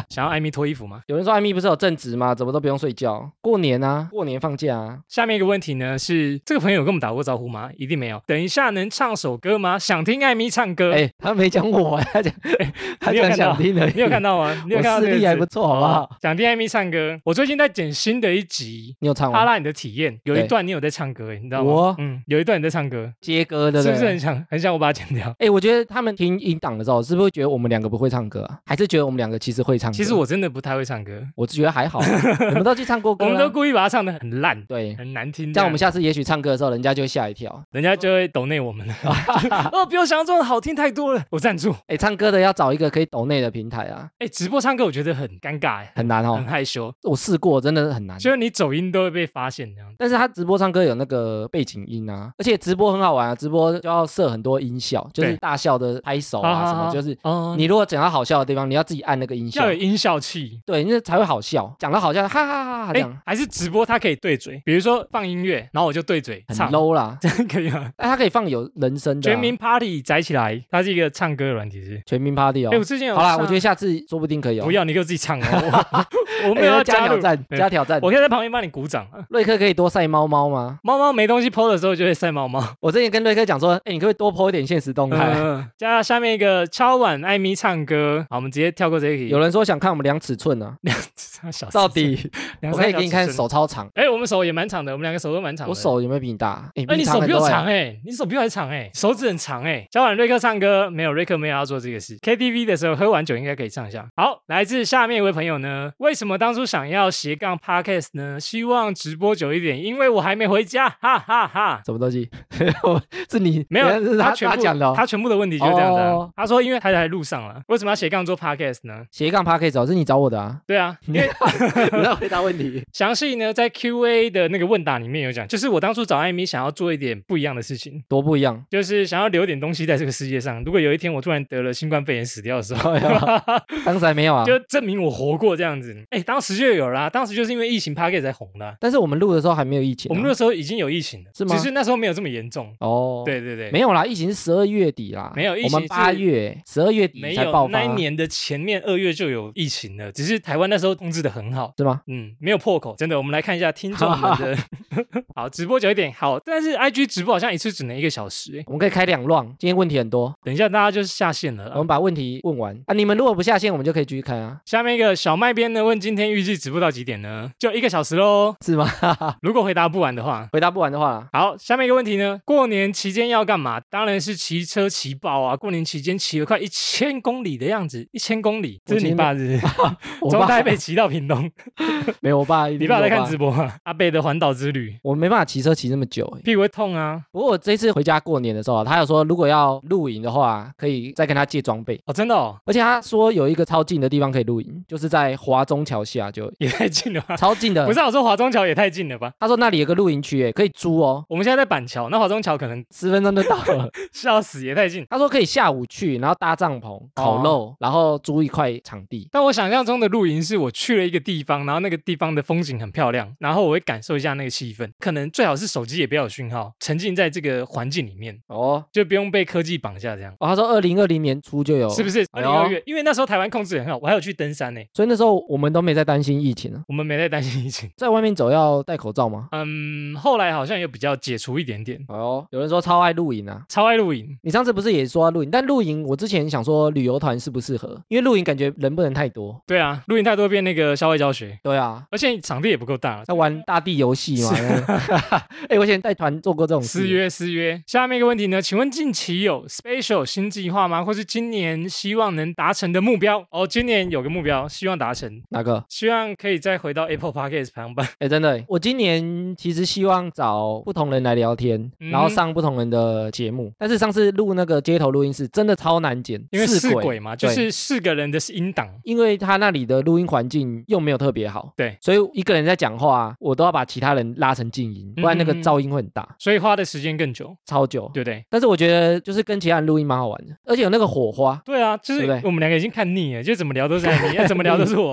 想要艾米脱衣服吗？ 有人说艾米不是有正职吗？怎么都不用睡觉？过年啊，过年放假啊。 下面一个问题呢是，这个朋友有跟我们打过招呼吗？一定没有。等一下能唱首歌吗？想听艾米唱歌。 他没讲我，他讲他讲想听而已。 你有看到吗？你有看到我视力还不错，好不好？ 想听艾米唱歌。我最近在剪新的一集， 你有唱吗？ 哈拉你的体验有一段你有在唱歌，你知道吗？ 我有一段你在唱歌， 接歌的， 是不是很想我把它剪掉？ 我觉得他们听音档的时候，是不是会觉得我们两个不会唱歌啊？还是觉得我们两个其实会唱歌？ 其实我真的不太会唱歌， 我觉得还好。你们都去唱过歌， 我们都故意把它唱得很烂， 对， 很难听。 这样我们下次也许唱歌的时候，人家就会吓一跳， 人家就会抖内我们了。比我想象中的好听太多了，我赞助。 唱歌的要找一个可以抖内的平台啊。 直播唱歌我觉得很尴尬， 很难哦， 很害羞。 我试过，真的很难， 就是你走音都会被发现这样。 但是他直播唱歌有那个背景音啊，而且直播很好玩啊，直播就要设很多音效，就是大笑的拍手啊什么，就是你如果讲到好笑的地方，你要自己按那个音效， 要有音效器， 对，那才会好笑。讲到好笑，哈哈哈哈这样。 还是直播它可以对嘴，比如说放音乐，然后我就对嘴唱， 很 low 啦， 这样可以吗？ 它可以放有人声的。 全民 Party 载起来，它是一个唱歌的软体是。 全民 Party 哦， 我之前有好啦，我觉得下次说不定可以哦。 不要，你给我自己唱哦。我没有要加挑战，加挑战。 我可以在旁边帮你鼓掌。 瑞克可以多晒猫猫吗？ 猫猫没东西 po 的时候就会晒猫猫。 我之前跟瑞克讲说，你可不可以多 po 一点现实动态？ 加下面一个超晚艾米唱歌。好，我们直接跳过这一题。 有人说想看我们量尺寸呢，到底我可以给你看手超长。 我们手也蛮长的，我们两个手都蛮长的。 我手有没有比你大？ 你手比我长你手比我还长手指很长交完瑞克唱歌没有？瑞克没有要做这个事。KTV 的时候喝完酒应该可以唱一下。好，来自下面一位朋友呢，为什么当初想要斜杠 Podcast 呢？希望直播久一点，因为我还没回家，哈哈哈。 什么东西？是你没有？是他讲的， 他全部的问题就是这样子。他说因为他在路上了，为什么要斜杠做 Podcast 呢？ 斜杠 Podcast 是你找我的啊？ 对啊，因为你在回答问题。 详细呢在 Q&A 的那个问答里面有讲，就是我当初找艾米想要做一点不一样的事情。 多不一样？ 就是想要留点东西在这个世界上。如果有一天我突然得了新冠肺炎死掉的时候， 当时还没有啊， 就证明我活过这样子。当时就有啦，当时就是因为疫情 Podcast 才红的。 但是我们录的时候还没有疫情， 我们录的时候已经有疫情了， 是吗？ 只是那时候没有这么严重。对对对， 没有啦，疫情是12月底啦， 没有疫情， 我们8月12月底才爆发。 那一年的前面2月就有疫情了，只是台湾那时候控制的很好， 是吗？ 没有破口，真的。我们来看一下听众们的好，直播久一点好，但是 IG 直播好像一次只能1个小时我们可以开2 round，今天问题很多， 等一下大家就是下线了， 我们把问题问完啊，你们如果不下线，我们就可以继续开啊。 下面一个小麦边呢问今天预计直播到几点呢？就1个小时咯， 是吗？ 如果回答不完的话，好，下面一个问题呢，过年期间要干嘛？当然是骑车骑爆啊，过年期间骑了快1000公里的样子，1000公里，这是你爸是从台北骑到屏东没有，我爸你爸在看直播啊，阿贝的环岛之旅， 我没办法骑车骑那么久屁股会痛啊。 不过我这次回家过年的时候他有说如果要露营的话可以再跟他借装备真的而且他说有一个超近的地方可以露营，就是在华中桥下，就也太近了吧， 超近的。 不是我说华中桥也太近了吧， 他说那里有个露营区可以租我们现在在板桥，那华中桥可能 10分钟就到了笑死，也太近。 他说可以下午去，然后搭帐篷烤肉然后租一块场地。 但我想象中的露营是我去了一个地方，然后那个地方的风景很漂亮，然后我会感受一下那个气氛，可能最好是手机也不要有讯号，沉浸在这个环境里面就不用被科技绑架这样他说2020年初就有， 是不是2022月因为那时候台湾控制很好，我还有去登山所以那时候我们都没在担心疫情我们没在担心疫情。 在外面走要戴口罩吗？ 后来好像有比较解除一点点有人说超爱露营啊， 超爱露营。 你上次不是也说要露营？但露营我之前想说旅游团适不适合，因为露营感觉人不能太多。 对啊，露营太多变那个校外教学。 对啊， 而且场地也不够大， 在玩大地游戏嘛我以前带团做过这种事。 私约。下面一个问题呢，请问近期有 special 新计划吗？或是今年希望能达成的目标？今年有个目标希望达成， 哪个？ 希望可以再回到 Apple Podcast 排行榜。 真的我今年其实希望找不同人来聊天然后上不同人的节目，但是上次录那个街头录音室真的超难剪， 因为4轨嘛，就是4个人的音档， 因为他那里的录音环境又没有特别好， 对， 所以一个人在讲话我都要把其他人拉成静音，不然那个噪音会很大， 所以花的时间更久， 超久， 对不对？ 但是我觉得就是跟其他人录音蛮好玩的，而且有那个火花。 对啊，就是我们两个已经看腻了，就怎么聊都是你，怎么聊都是我，就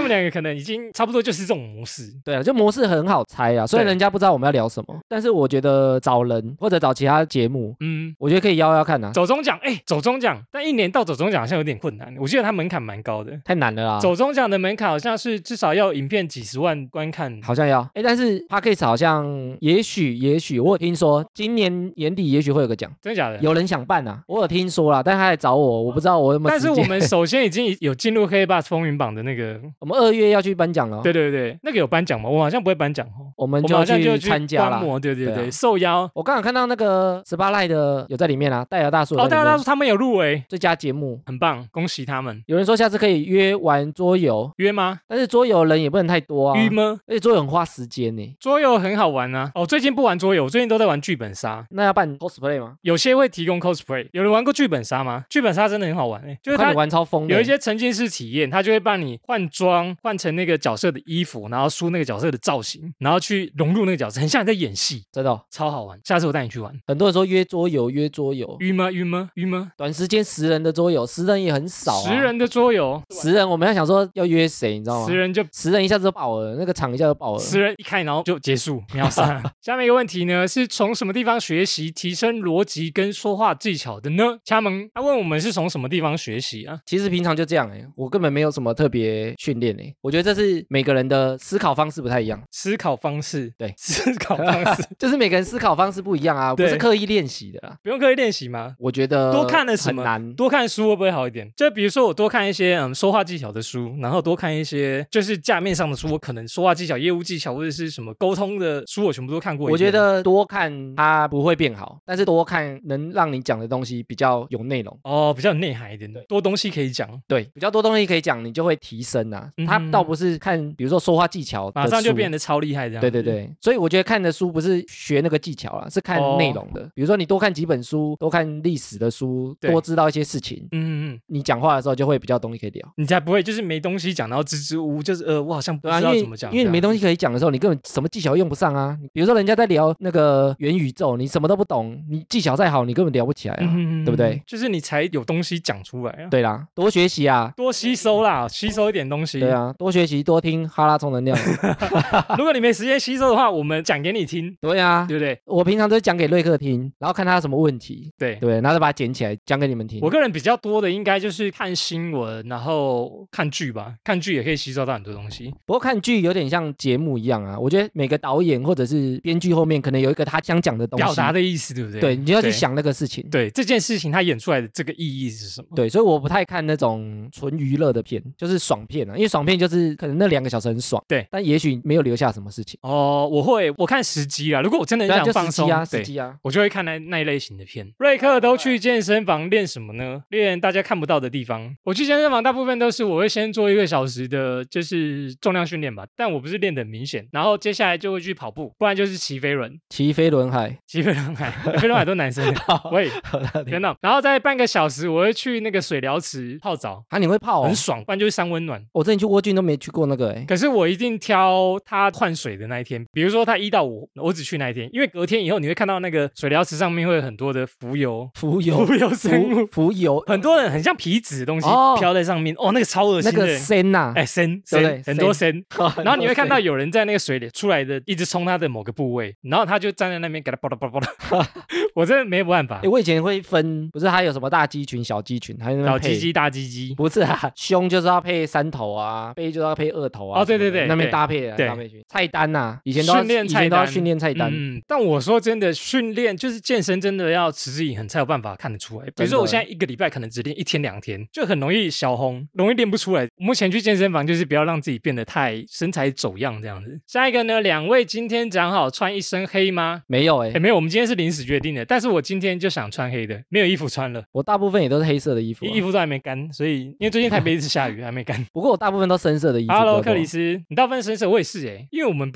们两个可能已经差不多就是这种模式。 对啊，就模式很好猜啊，所以人家不知道我们要聊什么。但是我觉得找人或者找其他节目，我觉得可以邀看啊。 走中奖，走中奖，但一年到走中奖好像有点困难。我记得它门槛蛮高的， 太难了啦。 走中奖的门槛好像是至少要影片几十万观看， 好像要。但是 Podcast 好像也许我有听说今年年底也许会有个奖， 真的假的？ 有人想办啊，我有听说啦，但他来找我不知道我有没有时间。 但是我们首先已经有进入KKBOX风云榜的那个， 我们2月要去颁奖了。 对对对，那个有颁奖吗？我好像不会颁奖哦， 我们就去参加啦。 对对对，受邀。 我刚好看到那个Spotlight的有在里面啊，戴尔大叔。 戴尔大叔他们有入围最佳节目， 很棒，恭喜他们。 有人说下次可以约玩桌游， 约吗？ 但是桌游人也不能太多啊。 约吗？ 而且桌游很花时间呢。 桌游很好玩啊。最近不玩桌游，我最近都在玩剧本杀。 那要办 cosplay 吗？ 有些会提供 cosplay。有人玩过剧本杀吗？剧本杀真的很好玩就是他玩超疯的。 有一些沉浸式体验，他就会帮你换装，换成那个角色的衣服，然后梳那个角色的造型，然后去融入那个角色，很像你在演戏， 真的超好玩。下次我带你去玩。 很多人说约桌游，约吗？ 短时间10人的桌游，10人也很少啊。 10人的桌游 ，10人我们要想说要约谁，你知道吗？10人一下子就爆了，那个场一下就爆了。 10人一开然后就结束，秒杀。下面一个问题呢，是从什么地方学习提升逻辑跟说话技巧的呢？掐门他问我们是从什么地方学习啊？ 其实平常就这样我根本没有什么特别训练我觉得这是每个人的思考方式不太一样。 思考方式， 对， 思考方式就是每个人思考方式不一样啊，不是刻意练习的啦。 不用刻意练习吗？ 我觉得多看了什么很难， 多看书会不会好一点？就比如说我多看一些说话技巧的书，然后多看一些就是架面上的书，我可能说话技巧、业务技巧或者是什么沟通的书，我全部都看过一遍。 我觉得多看它不会变好，但是多看能让你讲的东西比较有内容比较有内涵一点，多东西可以讲。 对，比较多东西可以讲，你就会提升啊。它倒不是看比如说说话技巧的书， 马上就变得超厉害这样。 对对对，所以我觉得看的书不是学那个技巧啦，是看内容的。比如说你多看几本书，多看历史的书，多知道一些事情，你讲话的时候就会比较东西可以聊， 你才不会就是没东西讲，然后支支吾吾，就是我好像不知道怎么讲。 因为你没东西可以讲的时候，你根本什么技巧用不上啊。比如说人家在聊那个元宇宙，你什么都不懂，你技巧再好，你根本聊不起来啊，对不对？ 就是你才有东西讲出来啊。 对啦，多学习啊， 多吸收啦，吸收一点东西。 对啊，多学习，多听哈拉充能量。 如果你没时间吸收的话，我们讲给你听。 对啊， 对不对？ 我平常都讲给瑞克听，然后看他有什么问题， 对， 然后再把它捡起来讲给你们听。 我个人比较多的应该就是看新闻，然后看剧吧。看剧也可以吸收到很多东西。 不过看剧有点像节目一样啊，我觉得每个导演或者是编剧后面可能有一个他想讲的东西， 表达的意思，对不对？ 对，你就要去想那个事情。 对，这件事情他演出来的这个意义是什么？ 对，所以我不太看那种纯娱乐的片，就是爽片啊，因为爽片就是可能那2个小时很爽， 对， 但也许没有留下什么事情。 我看时机啦。如果我真的很想放松时机啊， 我就会看那一类型的片。瑞克都去健身房练什么呢？练大家看不到的地方。我去健身房大部分都是我会先做1个小时的，就是重量训练吧，但我不是练得很明显，然后接下来就会去跑步，不然就是骑飞轮海，飞轮海都男生喂，别闹。然后再半个小时我会去那个水疗池泡澡啊，你会泡很爽，不然就是三温暖。 我之前去蜗郡都没去过那个可是我一定挑他换水的那一天，比如说他1到5，我只去那一天，因为隔天以后你会看到那个水疗池上面会有很多的浮油生物， 浮油， 很多人很像皮脂的东西飘在上面，那个超恶心的， 那个参呐， 参，很多参，然后你会看到有人在那个水里出来的，一直冲他的某个部位，然后他就站在那边给他啵啦啵啦啵啦，我真的没办法。 我以前会分，不是还有什么大肌群、小肌群，还有小鸡鸡、大鸡鸡， 不是啊，胸就是要配3头啊，背就是要配2头啊， 对， 那边搭配去菜单呐，以前都要训练菜单。 但我说真的，训练就是健身，真的要持之以恒才有办法看得出来。比如说我现在1个礼拜可能只练1天2天，就很容易小红，容易练不出来。目前去健身房就是不要让自己变得太身材走样这样子。下一个呢，2位今天讲好穿一身黑吗？ 没有没有，我们今天是临时决定的，但是我今天就想穿黑的，没有衣服穿了。 我大部分也都是黑色的衣服， 衣服都还没干，所以因为最近台北一直下雨还没干。 不过我大部分都深色的衣服。 Hello， 克里斯，你大部分深色，我也是因为我们不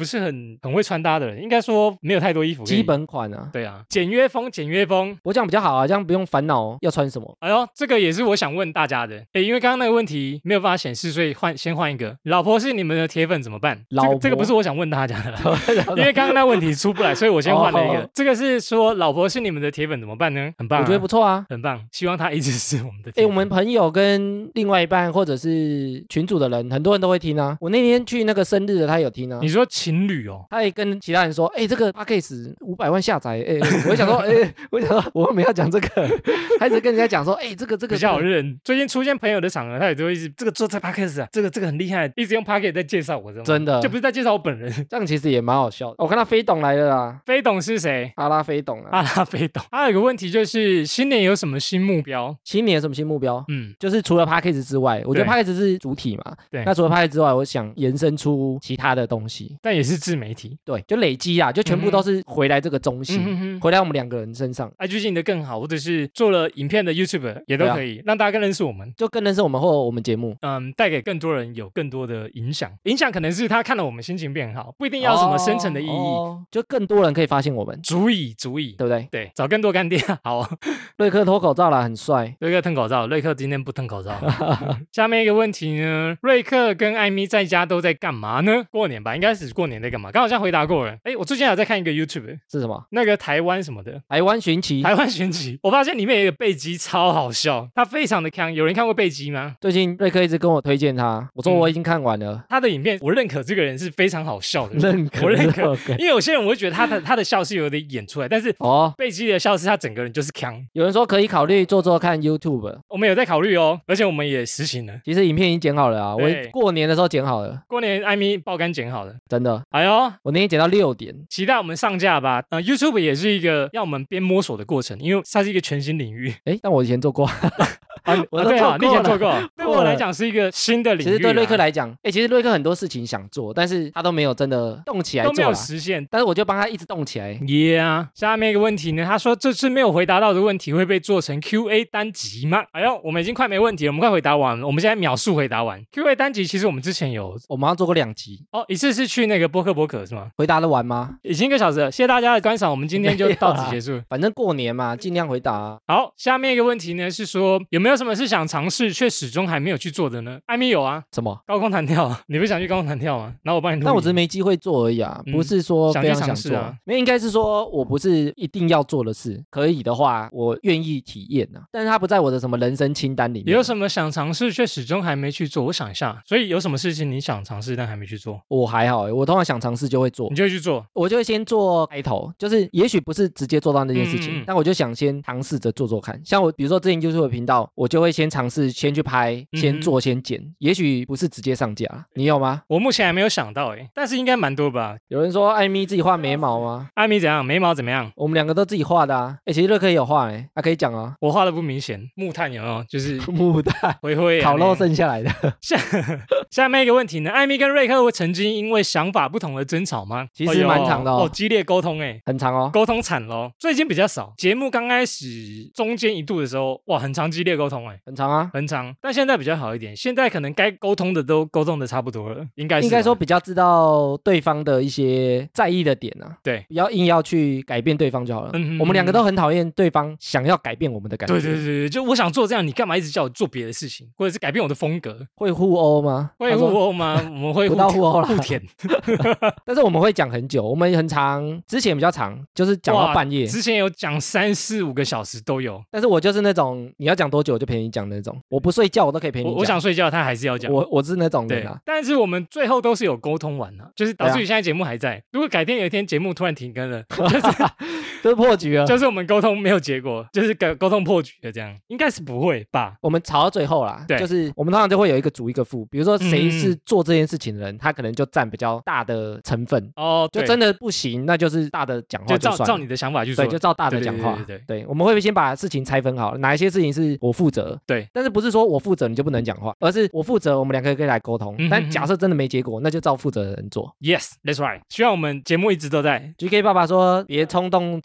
是很会穿搭的人，应该说没有太多衣服可以。 基本款啊。 对啊，简约风，简约风。 我这样比较好啊，这样不用烦恼要穿什么。 哎呦，这个也是我想问大家的。因为刚刚那个问题没有办法显示，所以先换一个。老婆是你们的铁粉怎么办？这个不是我想问大家的，因为刚刚那问题出不来，所以我先换了一个。这个是说老婆是你们的铁粉怎么办呢？很棒、啊， 我觉得不错啊， 很棒。希望他一直是我们的铁粉。 我们朋友跟另外一半或者是群组的人，很多人都会听啊。我那天去那个生日的，他有听啊。 你说情侣哦？ 他也跟其他人说，这个 podcast 500万下载，我想说，我想说我们要讲这个，还一直跟人家讲说，这个比较好认。最近出现朋友的场合，他也都会一直这个做在 podcast 啊，这个很厉害，一直用 podcast 在介绍我， 真的就不是在介绍我本人。 这样其实也蛮好笑的。我看到飞董来了啦。 飞董是谁？ 阿拉飞董啊。 阿拉飞董。他有个问题就是新年有什么新目标？ 新年有什么新目标？就是除了 podcast 之外，我觉得 podcast 是主体嘛。 对。 那除了 podcast 之外，我想延伸出其他的东西， 但也是自媒体。 对，就累积啊，就全部都是回来这个中心，回来我们2个人身上。 IG 经营的更好，或者是做了影片的 YouTuber 也都可以，让大家更认识我们， 就更认识我们或我们节目。 带给更多人有更多的影响。影响可能是他看了我们心情变好，不一定要什么深层的意义， 就更多人可以发现我们。 足以， 对不对？ 对，找更多干爹。好， 瑞克脱口罩了，很帅。 瑞克吞口罩，瑞克今天不吞口罩。下面一个问题呢，瑞克跟艾米在家都在干嘛呢？过年吧，应该是过年在干嘛？刚好像回答过了。我最近还在看一个 YouTube， 是什么？ 那个台湾什么的， 台湾寻奇。 我发现里面有一个贝基超好笑，他非常的强。有人看过贝基吗？ 最近瑞克一直跟我推荐他，我说我已经看完了。 他的影片我认可这个人是非常好笑的， 我认可。 因为有些人我会觉得他的笑是有点演出来，但是贝基的笑是他整个人就是强。 有人说可以考虑做看 YouTube， 我们有在考虑哦，而且我们也实行了。 其实影片已经剪好了啊，我过年的时候剪好了。 过年艾米爆肝剪好了， 真的。 哎呦， 我那天剪到6点， 期待我们上架吧。YouTube 也是一个要我们边摸索的过程，因为它是一个全新领域。 但我以前做过。 我对啊，你以前做过，对我来讲是一个新的领域。 其实对瑞克来讲，其实瑞克很多事情想做，但是他都没有真的动起来做， 都没有实现。 但是我就帮他一直动起来。 下面一个问题呢，他说这次没有回答到的问题会被做成 QA 单集吗？哎呦，我们已经快没问题了，我们快回答完了，我们现在秒速回答完。QA 单集其实我们之前我们好像做过2集一次是去那个播客是吗？ 回答得完吗？ 已经1个小时了，谢谢大家的观赏，我们今天就到此结束。 反正过年嘛，尽量回答啊。 好，下面一个问题呢是说有没有什么是想尝试却始终还没有去做的呢？艾米有啊， 什么？ 高空弹跳。你不想去高空弹跳吗？然后我帮你录。 但我只是没机会做而已啊，不是说非常想做啊。没有，应该是说我不是一定要做的事，可以的话我愿意体验啊，但是它不在我的什么人生清单里面。 有什么想尝试却始终还没去做？我想一下，所以有什么事情你想尝试但还没去做？ 我还好我通常想尝试就会做。 你就会去做？ 我就会先做开头，就是也许不是直接做到那件事情，但我就想先尝试着做看。像我比如说之前 YouTube 的频道，我就会先尝试先去拍，先做先剪，也许不是直接上架。你有吗？ 我目前还没有想到但是应该蛮多吧。 有人说艾米自己画眉毛吗？ 艾米怎样？眉毛怎么样？ 我们2个都自己画的啊。其实瑞克也有画可以讲啊。 我画的不明显，木炭有没有？就是木炭灰烤肉剩下来的。 下面一个问题呢，艾米跟瑞克会曾经因为想法不同而争吵吗？ 其实蛮长的激烈沟通很长哦， 沟通惨咯。最近比较少，节目刚开始中间一度的时候，哇，很长激烈沟通很长啊， 很长。但现在比较好一点，现在可能该沟通的都沟通的差不多了，应该说比较知道对方的一些在意的点啊， 对， 不要硬要去改变对方就好了。我们2个都很讨厌对方想要改变我们的感觉。 对，就我想做这样，你干嘛一直叫我做别的事情，或者是改变我的风格？ 会互殴吗？ 会互殴吗？我们会不到互殴啦， 互舔。 但是我们会讲很久，我们很长，之前比较长，就是讲到半夜。 之前有讲3、4、5个小时都有。 但是我就是那种你要讲多久我就陪你讲那种，我不睡觉我都可以陪你讲。 我想睡觉，他还是要讲。 我是那种人啊。 但是我们最后都是有沟通完了，就是导致于现在节目还在。如果改天有一天节目突然停更了， 就是破局了， 就是我们沟通没有结果，就是沟通破局的这样，应该是不会吧？ 我们吵到最后啦，就是我们通常就会有一个主一个副，比如说谁是做这件事情的人，他可能就占比较大的成分就真的不行，那就是大的讲话就算了， 就照你的想法去做， 对，就照大的讲话，对，我们会先把事情拆分好，哪一些事情是我负责， 对， 但是不是说我负责你就不能讲话，而是我负责，我们2个可以来沟通，但假设真的没结果，那就照负责的人做。 Yes, that's right。希望我们节目一直都在。 GK 爸爸说别冲动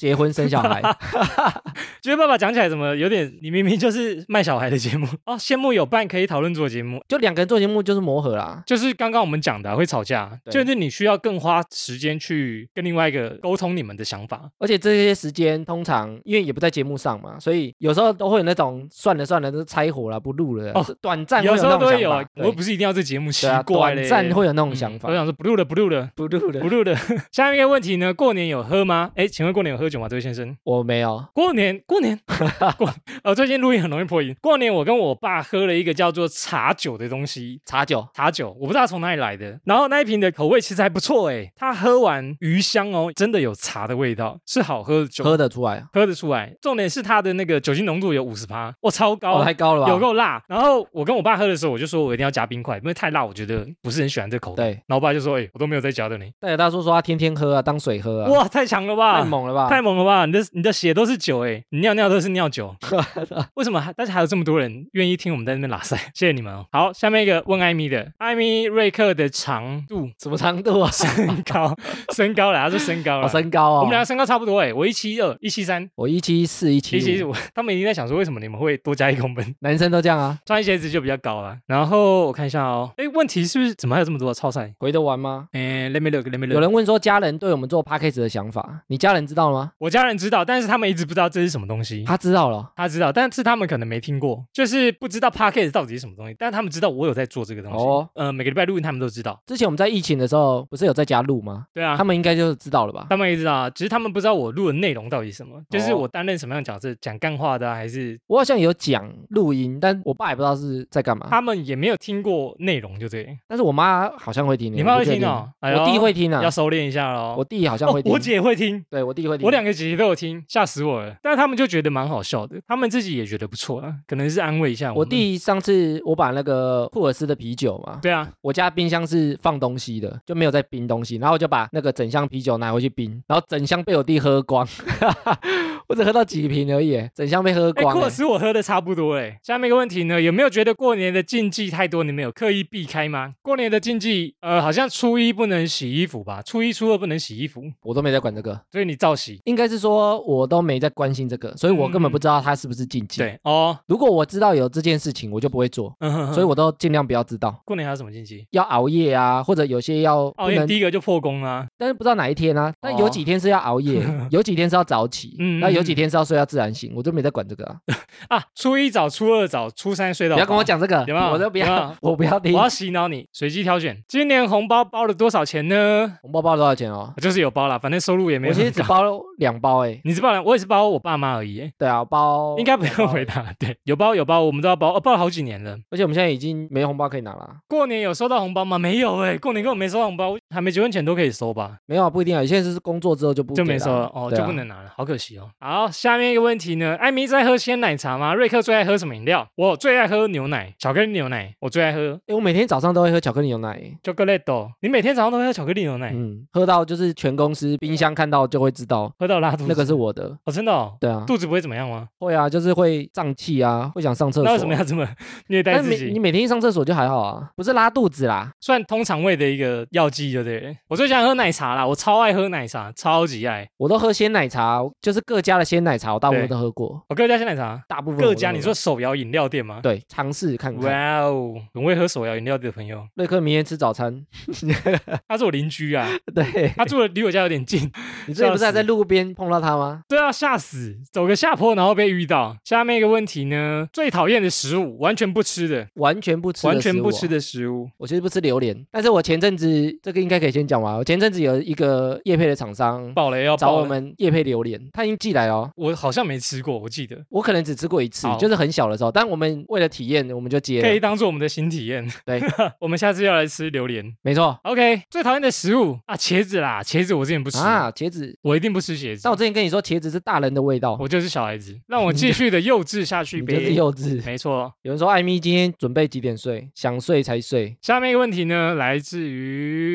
结婚生小孩。 觉得爸爸讲起来怎么有点，你明明就是卖小孩的节目哦，羡慕有伴可以讨论做节目， 就2个人做节目就是磨合啦， 就是刚刚我们讲的会吵架，就是你需要更花时间去跟另外一个沟通你们的想法， 而且这些时间通常因为也不在节目上嘛，所以有时候都会有那种算了算了，都拆伙了不录了哦，短暂会有那种想法，有时候都有， 我又不是一定要这节目，奇怪嘞， 短暂会有那种想法， 我想说不录了不录了不录了不录了。下面一个问题呢，过年有喝吗？哎，请问过年有喝酒吗？这位先生， 我没有。 过年最近录音很容易破音。过年我跟我爸喝了一个叫做茶酒的东西，茶酒，我不知道从哪里来的。然后那一瓶的口味其实还不错哎，它喝完余香哦，真的有茶的味道，是好喝的酒，喝得出来。重点是它的那个酒精浓度有50%，哇，超高，太高了吧，有够辣。然后我跟我爸喝的时候，我就说我一定要加冰块，因为太辣，我觉得不是很喜欢这口味。对，然后我爸就说，我都没有在加的呢。戴尔大叔说他天天喝啊，当水喝啊。哇，太强了吧，太猛了吧，你的血都是酒哎，你尿尿都是尿酒。为什么大家还有这么多人愿意听我们在那边拉塞？谢谢你们哦。好，下面一个问艾米的，艾米瑞克的长度什么长度啊？身高啦，他说身高啦，身高哦，我们俩身高差不多哎，我172、173，我174、175。他们一定在想说，为什么你们会多加1公分？男生都这样啊，穿鞋子就比较高了。然后我看一下哦，问题是不是怎么还有这么多的超赛？回得完吗？Let me look。有人问说家人对我们做 podcast 的想法，你家人知道吗？我家人知道，但是他们一直不知道这是什么东西。他知道了，他知道，但是他们可能没听过，就是不知道 podcast 到底是什么东西。但是他们知道我有在做这个东西。哦，每个礼拜录音他们都知道。之前我们在疫情的时候不是有在家录吗？对啊，他们应该就知道了吧？他们也知道，只是他们不知道我录的内容到底是什么，就是我担任什么样的角色，讲干话的还是我好像有讲录音，但我爸也不知道是在干嘛。他们也没有听过内容，就对。但是我妈好像会听，你妈会听哦？我弟会听啊，要收敛一下咯。我弟好像会听，我姐会听，对我弟会听，我2个姐姐都有听，吓死我了。但是他们就觉得蛮好笑的，他们自己也觉得不错啊，可能是安慰一下我。我弟上次我把那个库尔斯的啤酒嘛，对啊，我家冰箱是放东西的，就没有在冰东西，然后我就把那个整箱啤酒拿回去冰，然后整箱被我弟喝光。我只喝到几瓶而已，整箱被喝光。库尔斯我喝的差不多哎。下面一个问题呢，有没有觉得过年的禁忌太多？你们有刻意避开吗？过年的禁忌，好像初一不能洗衣服吧，初一初二不能洗衣服，我都没在管这个，所以你照洗。应该是说我都没在关心这个，所以我根本不知道它是不是禁忌。对哦，如果我知道有这件事情，我就不会做，所以我都尽量不要知道。过年还有什么禁忌？要熬夜啊，或者有些要熬夜，第一个就破功啊，但是不知道哪一天啊。但有几天是要熬夜，有几天是要早起，那有几天是要睡到自然醒，我就没在管这个啊。初一早，初二早，初三睡到饱。不要跟我讲这个，有没有？我都不要，我不要听。我要洗脑你，随机挑选。今年红包包了多少钱呢？红包包了多少钱哦？就是有包啦，反正收入也没有。我其实只包了2包哎。你只包2，我也是包我爸妈而已。对啊，包应该不用回答。对，有包，我们都要包，包了好几年了。而且我们现在已经没红包可以拿了。过年有收到红包吗？没有哎，过年根本没收到红包，还没结婚前都可以收吧？没有啊，不一定啊。现在是工作之后就没收了哦，就不能拿了，好可惜哦。好，下面一个问题呢，艾米在喝鲜奶茶吗？瑞克最爱喝什么饮料？我最爱喝牛奶，巧克力牛奶，我最爱喝。我每天早上都会喝巧克力牛奶。Chocolate， 你每天早上都会喝巧克力牛奶？喝到就是全公司冰箱看到就会知道，喝到拉肚子，那个是我的。哦，真的哦？对啊，肚子不会怎么样吗？会啊，就是会胀气啊，会想上厕所。那为什么要这么虐待自己？你每天一上厕所就还好啊，不是拉肚子啦，算通肠胃的一个药剂，对不对？我最喜欢喝奶茶啦，我超爱喝奶茶，超级爱。我都喝鲜奶茶，就是各家的鲜奶茶，我大部分都喝过。各家鲜奶茶，大部分各家。你说手摇饮料店吗？对，尝试看看。哇哦，很会喝手摇饮料店的朋友。瑞克明天吃早餐，他是我邻居啊。对，他住的离我家有点近。你之前不是还在路边碰到他吗？对啊，吓死，走个下坡然后被遇到。下面一个问题呢，最讨厌的食物，完全不吃的，完全不吃的食物。我其实不吃榴莲，但是我前阵子这个应该可以先讲完。我前阵子有一个业配的厂商爆雷要找我们业配榴莲，他已经寄来了。我好像没吃过，我记得我可能只吃过1次，就是很小的时候。但我们为了体验，我们就接了，可以当做我们的新体验。对，我们下次要来吃榴莲，没错。OK， 最讨厌的食物啊，茄子啦，茄子我之前不吃啊，茄子我一定不吃茄子。但我之前跟你说，茄子是大人的味道，我就是小孩子，让我继续的幼稚下去呗。你就是幼稚，没错。有人说艾米今天准备几点睡？想睡才睡。下面一个问题呢，来自于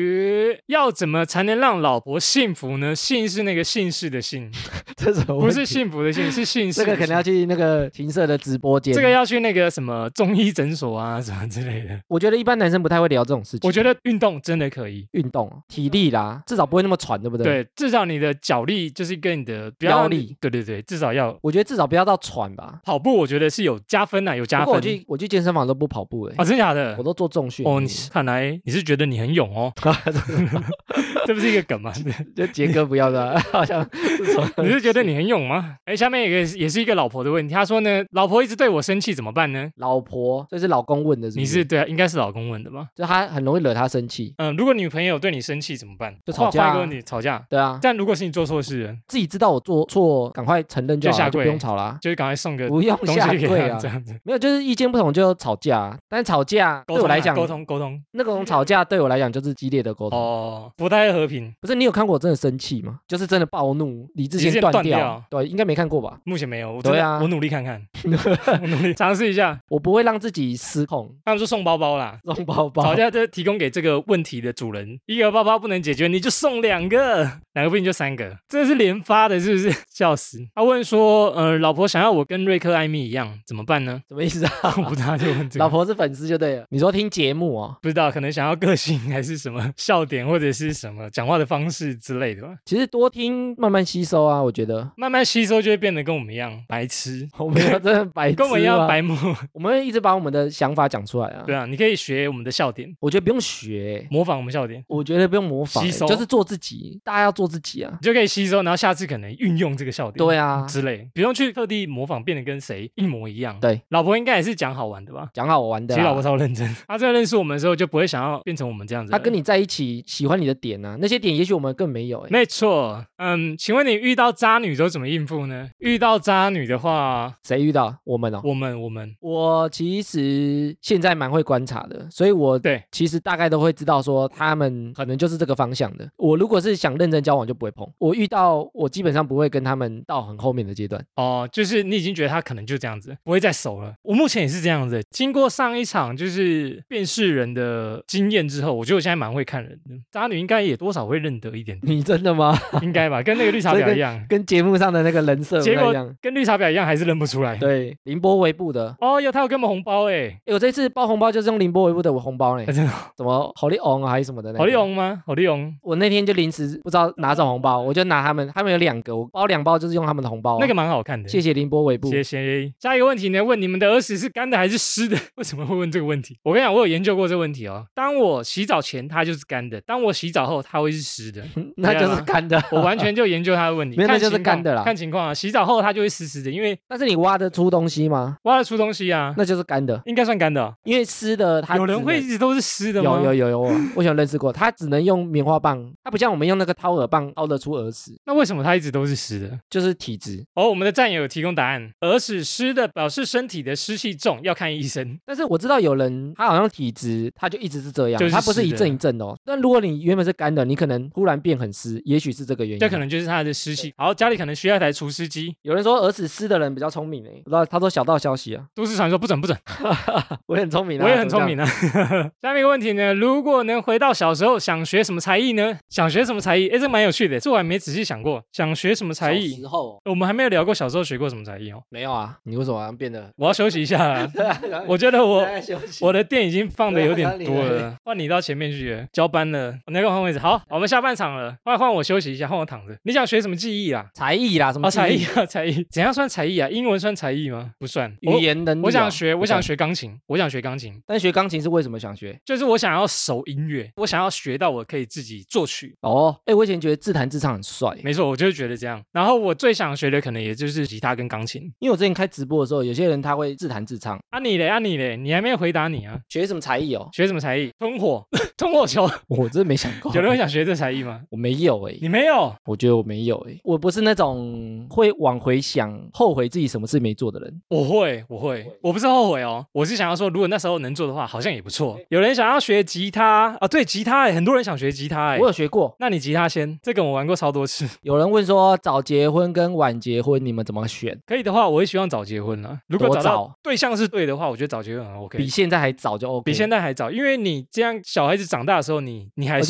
是要怎么才能让老婆幸福呢？幸是那个姓氏的姓， 这什么不是幸福的幸，是姓氏。 这个可能要去那个情色的直播间， 这个要去那个什么中医诊所啊什么之类的。 我觉得一般男生不太会聊这种事情。 我觉得运动真的可以， 运动体力啦，至少不会那么喘，对不对？ 对，至少你的脚力就是跟你的腰力， 对对对，至少要。 我觉得至少不要到喘吧。 跑步我觉得是有加分啊，有加分。 我去健身房都不跑步真假的？ 我都做重训。 哦，看来你是觉得你很勇哦。这不是一个梗吗？ 就杰哥不要的，好像你是觉得你很勇吗？下面也是一个老婆的问题，他说呢，老婆一直对我生气怎么办呢？ 老婆，这是老公问的是不是？ 你是对啊，应该是老公问的吧？ 就他很容易惹他生气。 如果女朋友对你生气怎么办？ 就吵架。 换一个问题，吵架。 对啊。 但如果是你做错事了， 自己知道我做错，赶快承认就好了，就不用吵啦。 就是赶快送个不用下跪啊， 这样子。 没有，就是意见不同就吵架。但吵架对我来讲， 沟通， 那种吵架对我来讲就是激烈的沟通。 哦，不太和平。 不是你有看过我真的生气吗？就是真的暴怒，理智线断掉。对，应该没看过吧？ 目前没有。 对啊， 我努力看看，我努力尝试一下。 我不会让自己失控。 他们说送包包啦， 送包包。 吵架就提供给这个问题的主人，一个包包不能解决，你就送2个，2个不行就3个，这是连发的，是不是？笑死！他问说，老婆想要我跟瑞克艾米一样，怎么办呢？ 什么意思啊？ 我不知道，就问这个。 老婆是粉丝就对了。你说听节目哦？ 不知道，可能想要个性还是什么笑点，或者是什么讲话的方式之类的吧。 其实多听，慢慢吸收啊，我觉得慢慢吸收就会变得跟我们一样白痴。 我们真的白痴， 跟我们一样白目。 我们会一直把我们的想法讲出来啊。 对啊，你可以学我们的笑点。 我觉得不用学， 模仿我们笑点。 我觉得不用模仿，吸收就是做自己。大家要做自己啊， 你就可以吸收，然后下次可能运用这个笑点。 对啊， 之类，不用去特地模仿，变得跟谁一模一样。 对， 老婆应该也是讲好玩的吧？ 讲好玩的。 其实老婆超认真，她真的认识我们的时候就不会想要变成我们这样子。 她跟你在一起，喜欢你的点啊，那些点也许我们更没有。 没错，请问你遇到渣女都怎么应付呢？遇到渣女的话， 谁遇到？我们哦，我其实现在蛮会观察的，所以我其实大概都会知道说他们可能就是这个方向的。我如果是想认真交往就不会碰，我遇到我基本上不会跟他们到很后面的阶段。 哦，就是你已经觉得他可能就这样子，不会再熟了。我目前也是这样子，经过上一场就是辨识人的经验之后，我觉得我现在蛮会看人的。渣女应该也多少会认得一点。 你真的吗？ 应该吧，跟那个绿茶婊一样， 跟节目上的那个人设一样， 跟绿茶婊一样，还是认不出来。 对，凌波微步的。 哦，他有给我们红包哎！ 我这次包红包就是用凌波微步的红包呢。 真的？ 什么好利翁啊，还是什么的？ 好利翁吗？好利翁。 我那天就临时不知道拿什么红包，我就拿他们有2个，我包2包就是用他们的红包。 那个蛮好看的。 谢谢凌波微步。 谢谢。下一个问题呢？问你们的耳屎是干的还是湿的？为什么会问这个问题？我跟你讲，我有研究过这个问题哦。当我洗澡前它就是干的，当我洗澡后它会是湿的， 那就是干的。 我完全就研究它的问题， 那就是干的啦。 看情况啊，洗澡后它就会湿湿的，因为但是你挖得出东西吗？ 挖得出东西啊， 那就是干的， 应该算干的。 因为湿的它有人会一直都是湿的吗？ 有，我有认识过，它只能用棉花棒，它不像我们用那个掏耳棒掏得出耳屎。 那为什么它一直都是湿的？ 就是体质。 我们的战友有提供答案，耳屎湿的表示身体的湿气重，要看医生。 但是我知道有人他好像体质他就一直是这样， 就是他不是一阵一阵的哦。但如果你原本是干的，你可能忽然变很湿，也许是这个原因。 这可能就是他的湿气。好，家里可能需要一台除湿机。 有人说耳屎湿的人比较聪明不知道，他说小道消息啊， 都市传说不准。 我也很聪明我也很聪明啊。下面一个问题呢，如果能回到小时候，想学什么才艺呢？想学什么才艺？这蛮有趣的，这我还没仔细想过。想学什么才艺？ 小时候我们还没有聊过小时候学过什么才艺哦。 没有啊，你为什么好像变得？ 我要休息一下啊。我觉得我的电已经放的有点多了，换你到前面去了，交班了，你要跟我换位置。好，我们下半场了，换我休息一下，换我躺着。你想学什么技艺啊？ 才艺啦，什么才艺啊？才艺怎样算才艺啊？英文算才艺吗？不算。 语言能力。 我想学钢琴， 但学钢琴是为什么想学？ 就是我想要熟音乐，我想要学到我可以自己作曲。 我以前觉得自弹自唱很帅。 没错，我就是觉得这样。然后我最想学的可能也就是吉他跟钢琴， 因为我之前开直播的时候，有些人他会自弹自唱。 你嘞，你还没有回答你啊？ 学什么才艺哦？ 学什么才艺？吞火球。 我真的没想过。 有人会想学这才艺吗？ 我没有你没有？ 我觉得我没有我不是那种会往回想、后悔自己什么事没做的人。 我会，我不是后悔哦，我是想要说，如果那时候能做的话，好像也不错。有人想要学吉他啊？对，吉他很多人想学吉他我有学过。 那你吉他先，这个我玩过超多次。 有人问说，早结婚跟晚结婚你们怎么选？ 可以的话，我会希望早结婚如果找到对象是对的话，我觉得早结婚很 OK。 比现在还早就 OK。 比现在还早，因为你这样小孩子长大的时候，你还是年纪比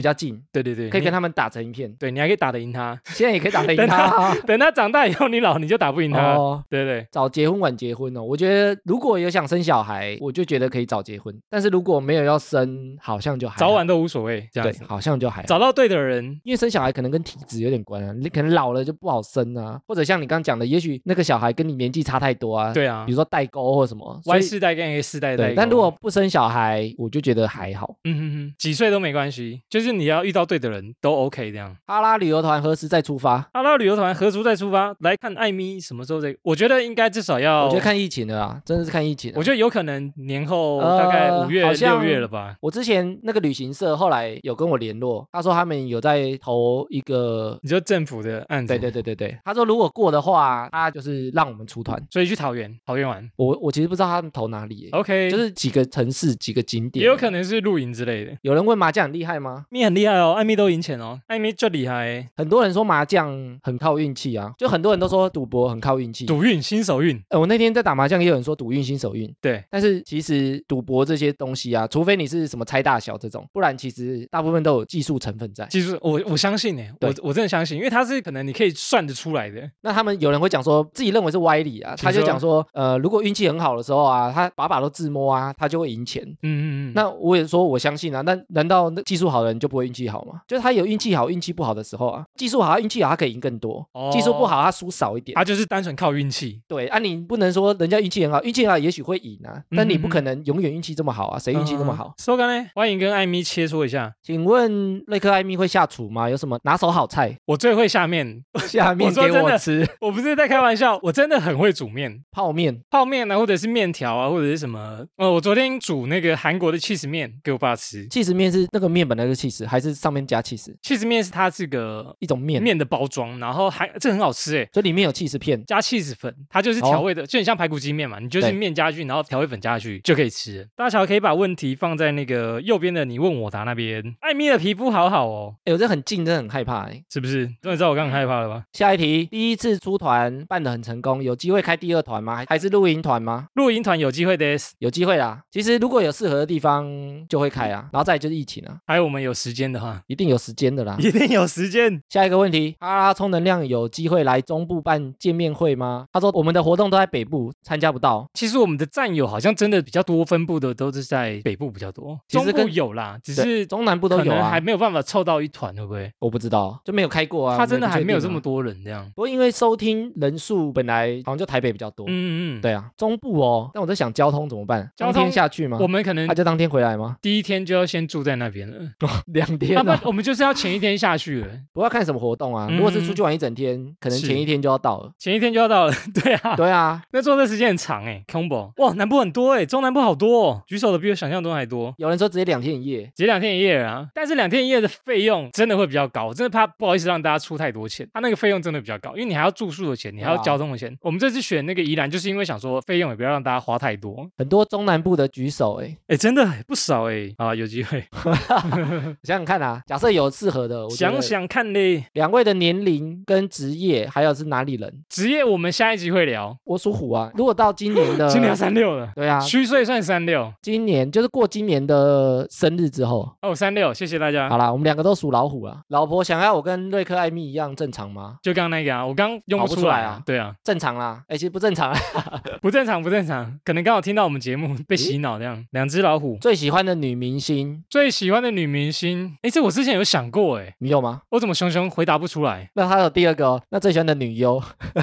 较近， 对对对， 可以跟他们打成一片。 对，你还可以打得赢他， 现在也可以打得赢他。 等他长大以后，你老你就打不赢他。对对， 早结婚晚结婚哦，我觉得如果有想生小孩，我就觉得可以早结婚，但是如果没有要生，好像就还好早晚都无所谓，这样子对，好像就还好找到对的人， 因为生小孩可能跟体质有点关啊，你可能老了就不好生啊，或者像你刚刚讲的，也许那个小孩跟你年纪差太多啊， 对啊， 比如说代沟或什么 ，Y 世代跟 A 世代代沟。 但如果不生小孩，我就觉得还好。 几岁都没关系，就是你要遇到对的人都 OK 这样。 哈拉旅游团何时再出发？ 哈拉旅游团何时再出发？来看艾咪什么时候再？我觉得应该至少要， 我觉得看疫情的啦，真的是看疫情。 我觉得有可能年后大概5月6月了吧。 我之前那个旅行社后来有跟我联络，他说他们有在投一个， 你说政府的案子？ 对，他说如果过的话，他就是让我们出团， 所以去桃园玩。 我其实不知道他们投哪里 ，OK， 就是几个城市几个景点， 也有可能是露营之类的。 有人问麻将很厉害吗？ 咪很厉害哦，艾咪都赢钱哦，艾咪最厉害。 很多人说麻将很靠运气啊，就很多人都说赌博很靠运气， 赌运新手运。 我那天在打麻将，也有人说赌运新手运， 对。 但是其实赌博这些东西啊，除非你是什么猜大小这种，不然其实大部分都有技术成分在。 技术，我相信我真的相信，因为它是可能你可以算得出来的。 那他们有人会讲说自己认为是歪理啊，他就讲说，如果运气很好的时候啊，他把都自摸啊，他就会赢钱。那我也说我相信啊，那难道那技术好的人就不会运气好吗？就是他有运气好、运气不好的时候啊，技术好、他运气好，他可以赢更多；技术不好，他输少一点。 他就是单纯靠运气。 对啊，你不能说人家运气很好，运气很好也许会赢啊，但你不可能永远运气这么好啊，谁运气那么好？ 说干呢，欢迎跟艾咪切磋一下。 请问瑞克艾咪会下厨吗？有什么拿手好菜？ 我最会下面， 下面给我吃。 我不是在开玩笑，我真的很会煮面， 泡面啊，或者是面条啊，或者是什么。我昨天煮那个韩国的起司面给我爸吃。 起司面是那个面本来是起司，还是上面加起司？ 起司面是它是个一种面的包装，然后这很好吃哎， 就里面有起司片加起司粉，它就是调味的，就很像排骨鸡面嘛，你就是面加去，然后调味粉加下去就可以吃。大乔可以把问题放在那个右边的你问我答那边。艾咪的皮肤好好哦， 我这很近，真的很害怕是不是？终于知道我刚很害怕了吧？ 下一题，第一次出团办得很成功，有机会开第二团吗？还是露营团吗？ 露营团有机会的， 有机会啦。其实如果有适合的地方就会开啊，然后再来就是疫情啊。 还有我们有时间的话， 一定有时间的啦， 一定有时间。 下一个问题，哈拉充能量有机会来中部办见面会吗？他说我们的活动都在北部，参加不到。 其实我们的战友好像真的比较多，分布的都是在北部比较多，中部有啦，只是中南部都有啊， 还没有办法凑到一团，会不会？ 我不知道，就没有开过啊。 他真的还没有这么多人这样。 不过因为收听人数本来好像就台北比较多，对啊，中部哦。但我在想交通怎么办？当天下去吗？ 我们可能他就当天回来吗？ 第一天就要先住在那边了 ，2天啊。 我们就是要前一天下去了。 不要看什么活动啊，如果是出去玩一整天，可能前一天就要到了。 前一天就要到了，对啊， 对啊。 那坐车时间很长哎，combo。哇，南部很多哎，中南部好多哦，举手的比我想象中还多。 有人说直接2天1夜， 直接2天1夜啊，但是2天1夜的费用真的会比较高，我真的怕不好意思让大家出太多钱。他那个费用真的比较高，因为你还要住宿的钱，你还要交通的钱。我们这次选那个宜兰，就是因为想说费用也不要让大家花太多。 很多中南部的举手真的不少啊，有机会。 想想看啊，假设有适合的， 想想看嘞。 2位的年龄跟职业，还有是哪里人？ 职业我们下一集会聊。 我属虎啊，如果到今年的， 今年36了， 对啊， 虚岁算36， 今年就是过今年的生日之后。 36，谢谢大家。 好啦，我们2个都属老虎啊。老婆想要我跟瑞克艾咪一样正常吗？ 就刚刚那个啊，我刚用不出来啊。对啊， 正常啦。其实不正常不正常，可能刚好听到我们节目被洗脑这样。2只老虎。 最喜欢的女明星， 这我之前有想过你有吗？ 我怎么熊回答不出来？ 那他有第2个哦。那最喜欢的女优，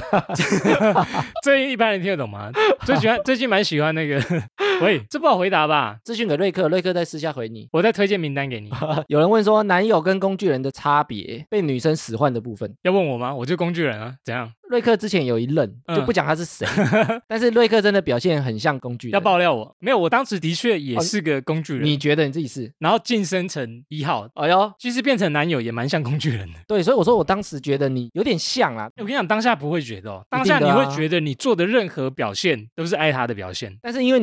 这一般人听得懂吗？最近蛮喜欢那个，喂，这不好回答吧？ 资讯给瑞克，瑞克再私下回你。 我再推荐名单给你。 有人问说男友跟工具人的差别，被女生使唤的部分， 要问我吗？我就工具人啊，怎样？ 瑞克之前有一任，就不讲他是谁，但是瑞克真的表现很像工具人。 要爆料我？没有，我当时的确也是个工具人。 你觉得你自己是？ 然后晋升成1号， 哎呦， 其实变成男友也蛮像工具人的。 对，所以我说我当时觉得你有点像啦。 我跟你讲，当下不会觉得当下你会觉得你做的任何表现都是爱他的表现。 但是因为你那时候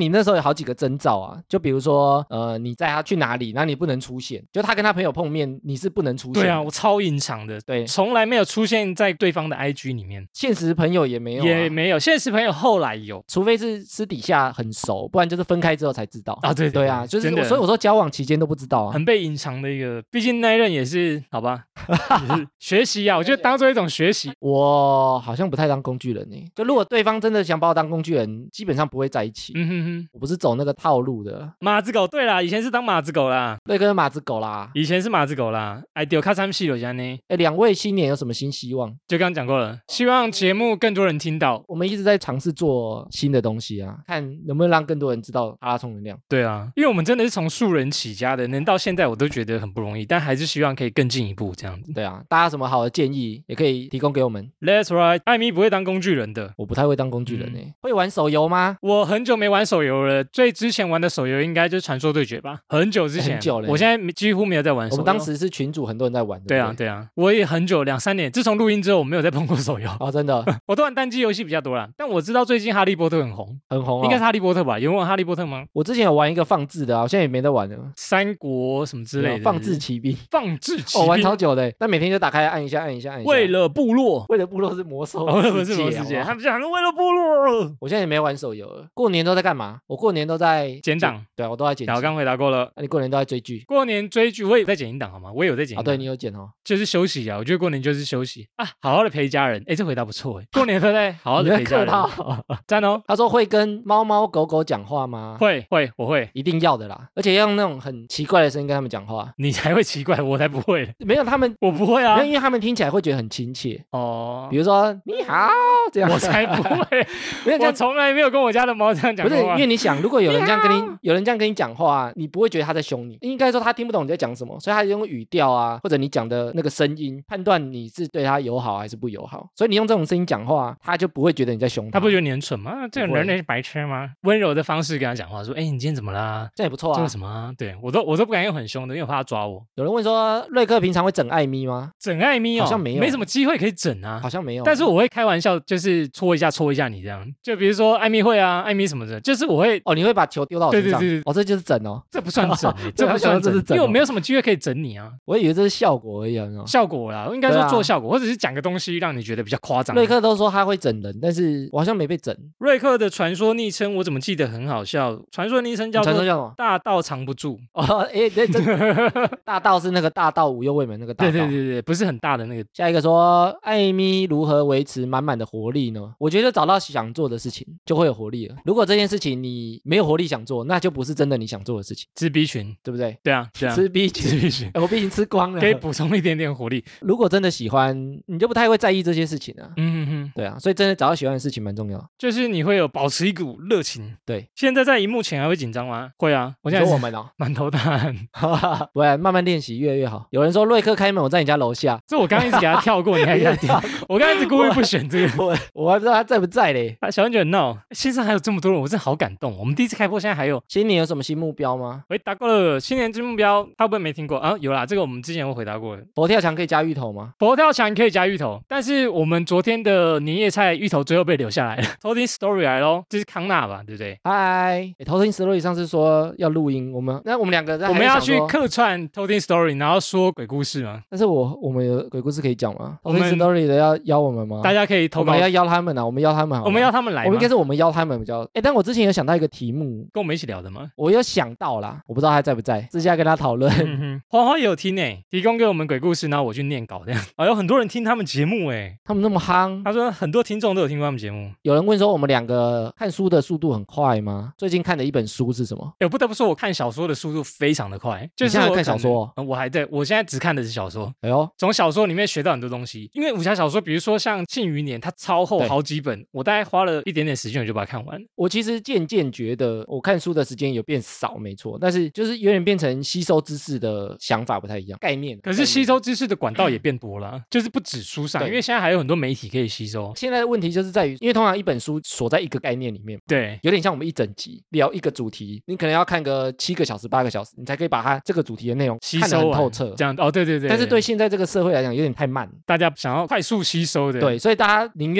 好几个征兆啊，就比如说你载他去哪里，然后你不能出现，就他跟他朋友碰面，你是不能出现。 对啊，我超隐藏的， 对， 从来没有出现在对方的 IG 里面， 现实朋友也没有、啊， 也没有，现实朋友后来有， 除非是私底下很熟，不然就是分开之后才知道啊。对啊，就是所以我说交往期间都不知道啊， 很被隐藏的一个，毕竟那一任也是好吧，也是学习啊，我觉得当做一种学习。 我好像不太当工具人欸，就如果对方真的想把我当工具人，基本上不会在一起。我不是走那个套路的。 马子狗，对啦，以前是当马子狗啦， 瑞哥是马子狗啦， 以前是马子狗啦。哎，丢看三戏了，现在呢？ 两位新年有什么新希望？ 就刚刚讲过了，希望节目更多人听到。 我们一直在尝试做新的东西啊，看能不能让更多人知道哈拉充能量。 对啊，因为我们真的是从素人起家的，能到现在我都觉得很不容易，但还是希望可以更进一步这样子。 对啊，大家有什么好的建议也可以提供给我们。 That's right，艾米不会当工具人的， 我不太会当工具人欸。会玩手游吗？ 我很久没玩手游了，最之前玩的手游应该就是传说对决吧，很久之前， 很久了。 我现在几乎没有在玩手游。 我们当时是群组很多人在玩的。 对啊，我也很久2-3年，自从录音之后我没有再碰过手游。 哦，真的， 我都玩单机游戏比较多啦。但我知道最近哈利波特很红， 很红， 应该是哈利波特吧？有人玩哈利波特吗？ 我之前有玩一个放置的啊，我现在也没在玩了。 三国什么之类的， 放置骑兵， 放置骑兵， 玩超久的，但每天就打开按一下。 为了部落， 为了部落是魔兽世界，他们讲为了部落。 我现在也没玩手游了。过年都在干嘛？我过年都在剪档， 对，我都在剪。 我刚回答过了。 你过年都在追剧？ 过年追剧，我也在剪音档好吗？我也有在剪。 对，你有剪哦， 就是休息啊。我觉得过年就是休息啊，好好的陪家人。这回答不错。过年都在好好的陪家人，赞哦。 他说会跟猫猫狗狗讲话吗？ 会，我会， 一定要的啦。而且要用那种很奇怪的声音跟他们讲话。 你才会奇怪，我才不会。 没有他们， 我不会啊， 因为他们听起来会觉得很亲切哦。 比如说你好这样， 我才不会。我从来没有跟我家的猫这样讲过话。 不是，因为你想，如果有人这样跟你讲话，你不会觉得他在凶你，应该说他听不懂你在讲什么，所以他用语调啊，或者你讲的那个声音，判断你是对他友好还是不友好。所以你用这种声音讲话，他就不会觉得你在凶他。 他不会觉得你很蠢吗？这种人类是白痴吗？温柔的方式跟他讲话，说：“你今天怎么啦？” 这也不错啊。 做什么啊？对我都不敢用很凶的，因为我怕他抓我。 有人问说，瑞克平常会整艾咪吗？ 整艾咪好像没有， 没什么机会可以整啊， 好像没有。 但是我会开玩笑，就是戳一下你这样。就比如说艾咪会啊，艾咪什么的，就是我会你会把球丢到我身上。 对， 这就是整哦， 这不算整，这不算整，因为我没有什么机会可以整你啊。 我以为这是效果而已啊， 效果啦，应该说做效果，或者是讲个东西让你觉得比较夸张。 瑞克都说他会整人，但是我好像没被整。 瑞克的传说昵称我怎么记得很好笑？传说昵称叫做大道藏不住。 对，大道是那个大道无忧未泯那个大道。 对，不是很大的那个。 下一个说艾咪如何维持满满的活力呢？我觉得找到想做的事情就会有活力了。如果这件事情你没有活力想做，那就不是真的你想做的事情。 吃 B 群， 对不对？ 对啊， 吃 B 群，我 B 群吃光了， 可以补充一点点活力。 如果真的喜欢，你就不太会在意这些事情啊。对啊，所以真的找到喜欢的事情蛮重要。 就是你会有保持一股热情。 对， 现在在荧幕前还会紧张吗？会啊，我现在说我们哦， 满头大汗。 不然慢慢练习，越来越好。有人说瑞克开门，我在你家楼下， 这我刚刚一直给他跳过，你还给他跳。我刚刚一直故意不选这个， 我还不知道他在不在嘞。 小恩就很闹，线上还有这么多人，我真的好感动。我们第一次开播，现在还有。 新年有什么新目标吗？ 答过了，新年新目标，他会不会没听过啊？有啦，这个我们之前有回答过。 佛跳墙可以加芋头吗？ 佛跳墙可以加芋头，但是我们昨天的年夜菜芋头最后被留下来了。偷听 story 来咯，这是康纳吧，对不对？ 嗨，偷听 story 上次说要录音，我们两个我们要去客串偷听 story， 然后说鬼故事吗？ 但是我们有鬼故事可以讲吗？偷听 story 的要邀我们吗？ 大家可以投稿， 我们要邀他们啊，我们邀他们好， 我们要他们来， 应该是我们邀他们比较。但我之前有想到一个题目， 跟我们一起聊的吗？ 我有想到啦，我不知道他在不在，私下跟他讨论。 花花也有听提供给我们鬼故事，然后我去念稿这样。有很多人听他们节目他们那么夯。 他说很多听众都有听过他们节目。 有人问说我们两个看书的速度很快吗？最近看的一本书是什么？ 我不得不说，我看小说的速度非常的快。 就是我看小说， 我现在只看的是小说。从小说里面学到很多东西。因为武侠小说，比如说像《庆余年》，它超厚好几本，我大概花了一点点时间我就把它看完。 我其实渐渐觉得我看书的时间有变少，没错，但是就是有点变成吸收知识的想法不太一样，概念。 可是吸收知识的管道也变多了，就是不止书上，因为现在还有很多媒体可以吸收。 现在的问题就是在于，因为通常一本书锁在一个概念里面， 对， 有点像我们一整集聊一个主题，你可能要看个7个小时、8个小时，你才可以把它这个主题的内容看得很透彻。 这样对。 但是对现在这个社会来讲，有点太慢， 大家想要快速吸收的。 对，所以大家宁愿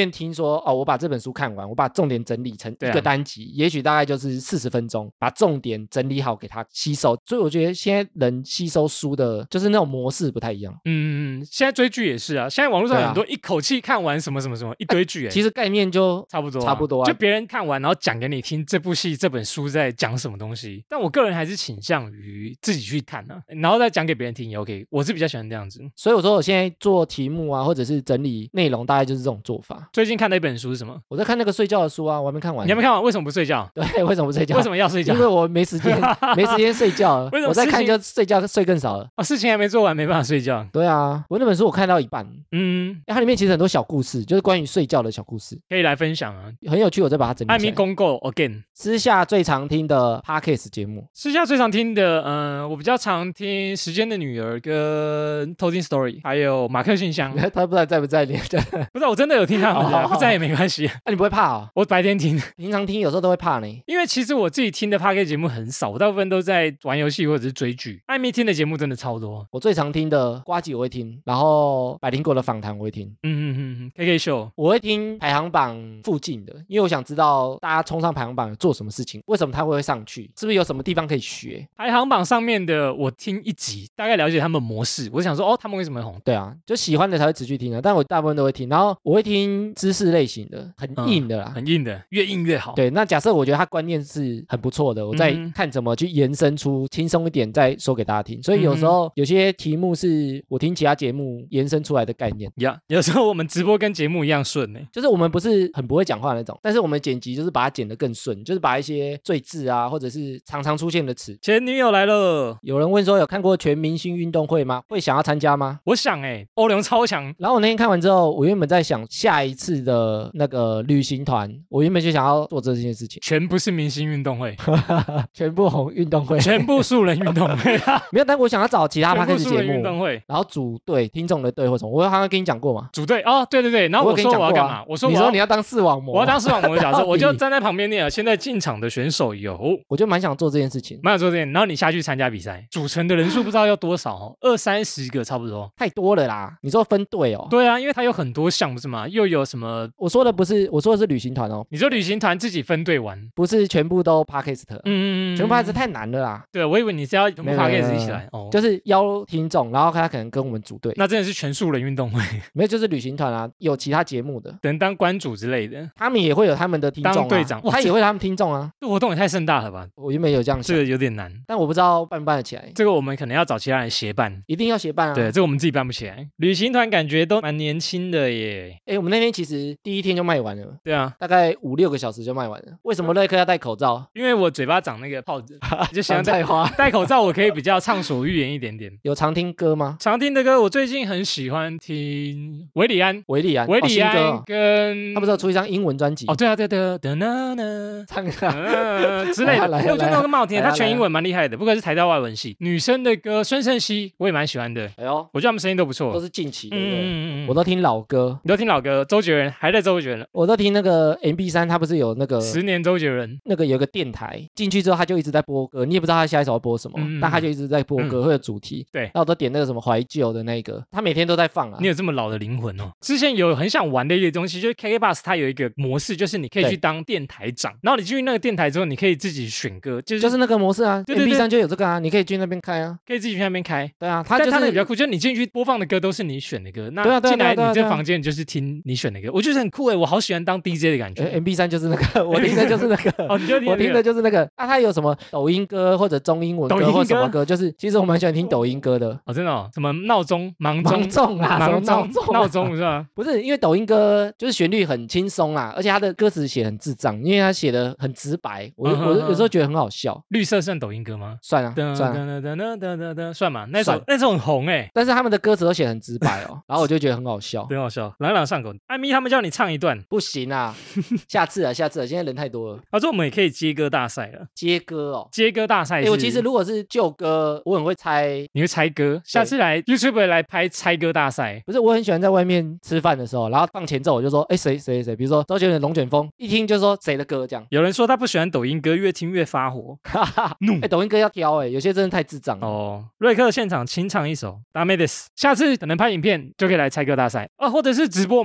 愿听说哦，我把这本书看完，我把重点整理成一个单集，也许大概就是40分钟，把重点整理好给他吸收。所以我觉得现在人吸收书的就是那种模式不太一样。 现在追剧也是啊，现在网络上很多一口气看完什么什么什么一堆剧， 其实概念就差不多， 就别人看完然后讲给你听这部戏这本书在讲什么东西。但我个人还是倾向于自己去看啊，然后再讲给别人听也 OK， 我是比较喜欢这样子。 所以我说我现在做题目啊，或者是整理内容，大概就是这种做法。 最近看的一本书是什么？ 我在看那个睡觉的书啊，我还没看完。 你还没看完？为什么不睡觉？ 对，为什么不睡觉？ 为什么要睡觉？ 因为我没时间，没时间睡觉了。我在看就睡觉，睡更少了。 事情还没做完，没办法睡觉。 对啊，我那本书我看到一半，它里面其实很多小故事，就是关于睡觉的小故事， 可以来分享啊， 很有趣。我再把它整理起来。 艾米公告 again， 私下最常听的 podcast 节目， 私下最常听的，我比较常听《时间的女儿》跟《偷听 Story》，还有马克信箱。 他不知道在不在里？ 不知道，我真的有听他们的，不在也没关系。 你不会怕哦？ 我白天听， 平常听有时候都会怕呢。 因为其实我自己听的 podcast 节目很少，我大部分都在玩游戏或者是追剧。艾米听的节目真的超多。 我最常听的呱吉我会听，然后百灵果的访谈我会听 ，KK Show 我会听排行榜附近的，因为我想知道大家冲上排行榜有做什么事情，为什么他会上去，是不是有什么地方可以学。 排行榜上面的我听一集，大概了解他们模式，我想说他们为什么会红。 对啊，就喜欢的才会持续听的，但我大部分都会听，然后我会听知识类型的，很硬的啦， 很硬的，越硬越好。 对，那假设我觉得他观念是很不错的，我再看怎么去延伸出轻松一点，再说给大家听。所以有时候有些题目是我听其他节目延伸出来的概念。 有时候我们直播跟节目一样顺就是我们不是很不会讲话那种，但是我们剪辑就是把它剪得更顺，就是把一些赘字啊，或者是常常出现的词。 前女友来了， 有人问说有看过全明星运动会吗？会想要参加吗？ 我想欧龙超强。 然后我那天看完之后，我原本在想下一次的那个旅行团，我原本就想要做这件事情， 全不是明星运动会， 全部红运动会， 全部素人运动会。 没有，但我想要找其他 podcast 节目运动会， 然后组队听众的队或什么，我好像跟你讲过嘛。 组队哦，对对对，然后我说我要干嘛？我说你说你要当视网膜， 我要当视网膜的角色，我就站在旁边念。现在进场的选手有， 我就蛮想做这件事情， 蛮想做这件。然后你下去参加比赛，组成的人数不知道要多少，20-30个差不多， 太多了啦。你说分队哦？ 对啊，因为它有很多项，不是吗？又有什么？ 我说的是旅行团哦。 你说旅行团自己分队玩， 不是全部都 podcast。全部 podcast 太难了啦。 对，我以为你是要全部 podcast 一起来哦， 就是邀听众，然后他可能跟我们组队。 那真的是全素人运动会， 没有，就是旅行团啊，有其他节目的， 等当关主之类的， 他们也会有他们的听众当队长， 他也会有他们听众啊。 这活动也太盛大了吧？ 我原本有这样想， 这个有点难， 但我不知道办不办得起来。 这个我们可能要找其他人协办， 一定要协办啊。 对，这个我们自己办不起来。旅行团感觉都蛮年轻的耶。 我们那天其实第一天就卖完了。 对啊， 大概5-6个小时就卖完了。为什么瑞克要戴口罩？ 因为我嘴巴长那个疱疹，就喜欢戴口罩，我可以比较畅所欲言一点点。 有常听歌吗？ 常听的歌，我最近很喜欢听韦礼安跟他不是有出一张英文专辑？ 哦，对啊，对对， 唱之类的。我觉得那个蛮好听，他全英文蛮厉害的，不管是台大外文系。女生的歌，孙盛希我也蛮喜欢的。 哎呦， 我觉得他们声音都不错， 都是近期的。我都听老歌， 你都听老歌，周杰伦还在周杰伦。 我都听那个 MB3，他不是有那个 10年周杰伦， 那个有个电台，进去之后他就一直在播歌，你也不知道他下一首要播什么，但他就一直在播歌或者主题。 对， 那我都点那个什么怀旧的那个，他每天都在放啊。 你有这么老的灵魂哦！之前有很想玩的一个东西，就是 KKBOX 它有一个模式，就是你可以去当电台长，然后你进去那个电台之后，你可以自己选歌，就是那个模式啊。MB3就有这个啊，你可以去那边开啊， 可以自己去那边开。 对啊， 但他那个比较酷，就是你进去播放的歌都是你选的歌，那进来你这房间你就是听你选的歌，我觉得很酷我好喜欢当 DJ 的感觉。 MB3就是那个，我听的就是那个， 哦， 我听的就是那个。他有什么抖音歌或者中英文歌或什么歌？就是其实我蛮喜欢听抖音歌的。 哦，真的哦，什么闹钟、盲钟啊， 闹钟是吧？ 不是，因为抖音歌就是旋律很轻松啦，而且他的歌词写很智障，因为他写的很直白，我有时候觉得很好笑。 绿色算抖音歌吗？ 算啊， 算嘛，那首很红但是他们的歌词都写很直白哦，然后我就觉得很好笑， 很好笑，朗朗上口。艾米他们叫你唱一段， 不行啊，下次啊，现在人太多了。 他说我们也可以接歌大赛了， 接歌哦， 接歌大赛。 我其实如果是旧歌，我很会猜， 你会猜歌？下次来 YouTube 来拍猜歌大赛。 不是，我很喜欢在外面吃饭的时候，然后放前奏，我就说，谁，比如说周杰伦的《龙卷风》，一听就说谁的歌这样。 有人说他不喜欢抖音歌，越听越发火， 怒。抖音歌要挑有些真的太智障了。 哦，瑞克现场清唱一首《达美德斯》，下次可能拍影片就可以来猜歌大赛啊，或者是直播我们来猜歌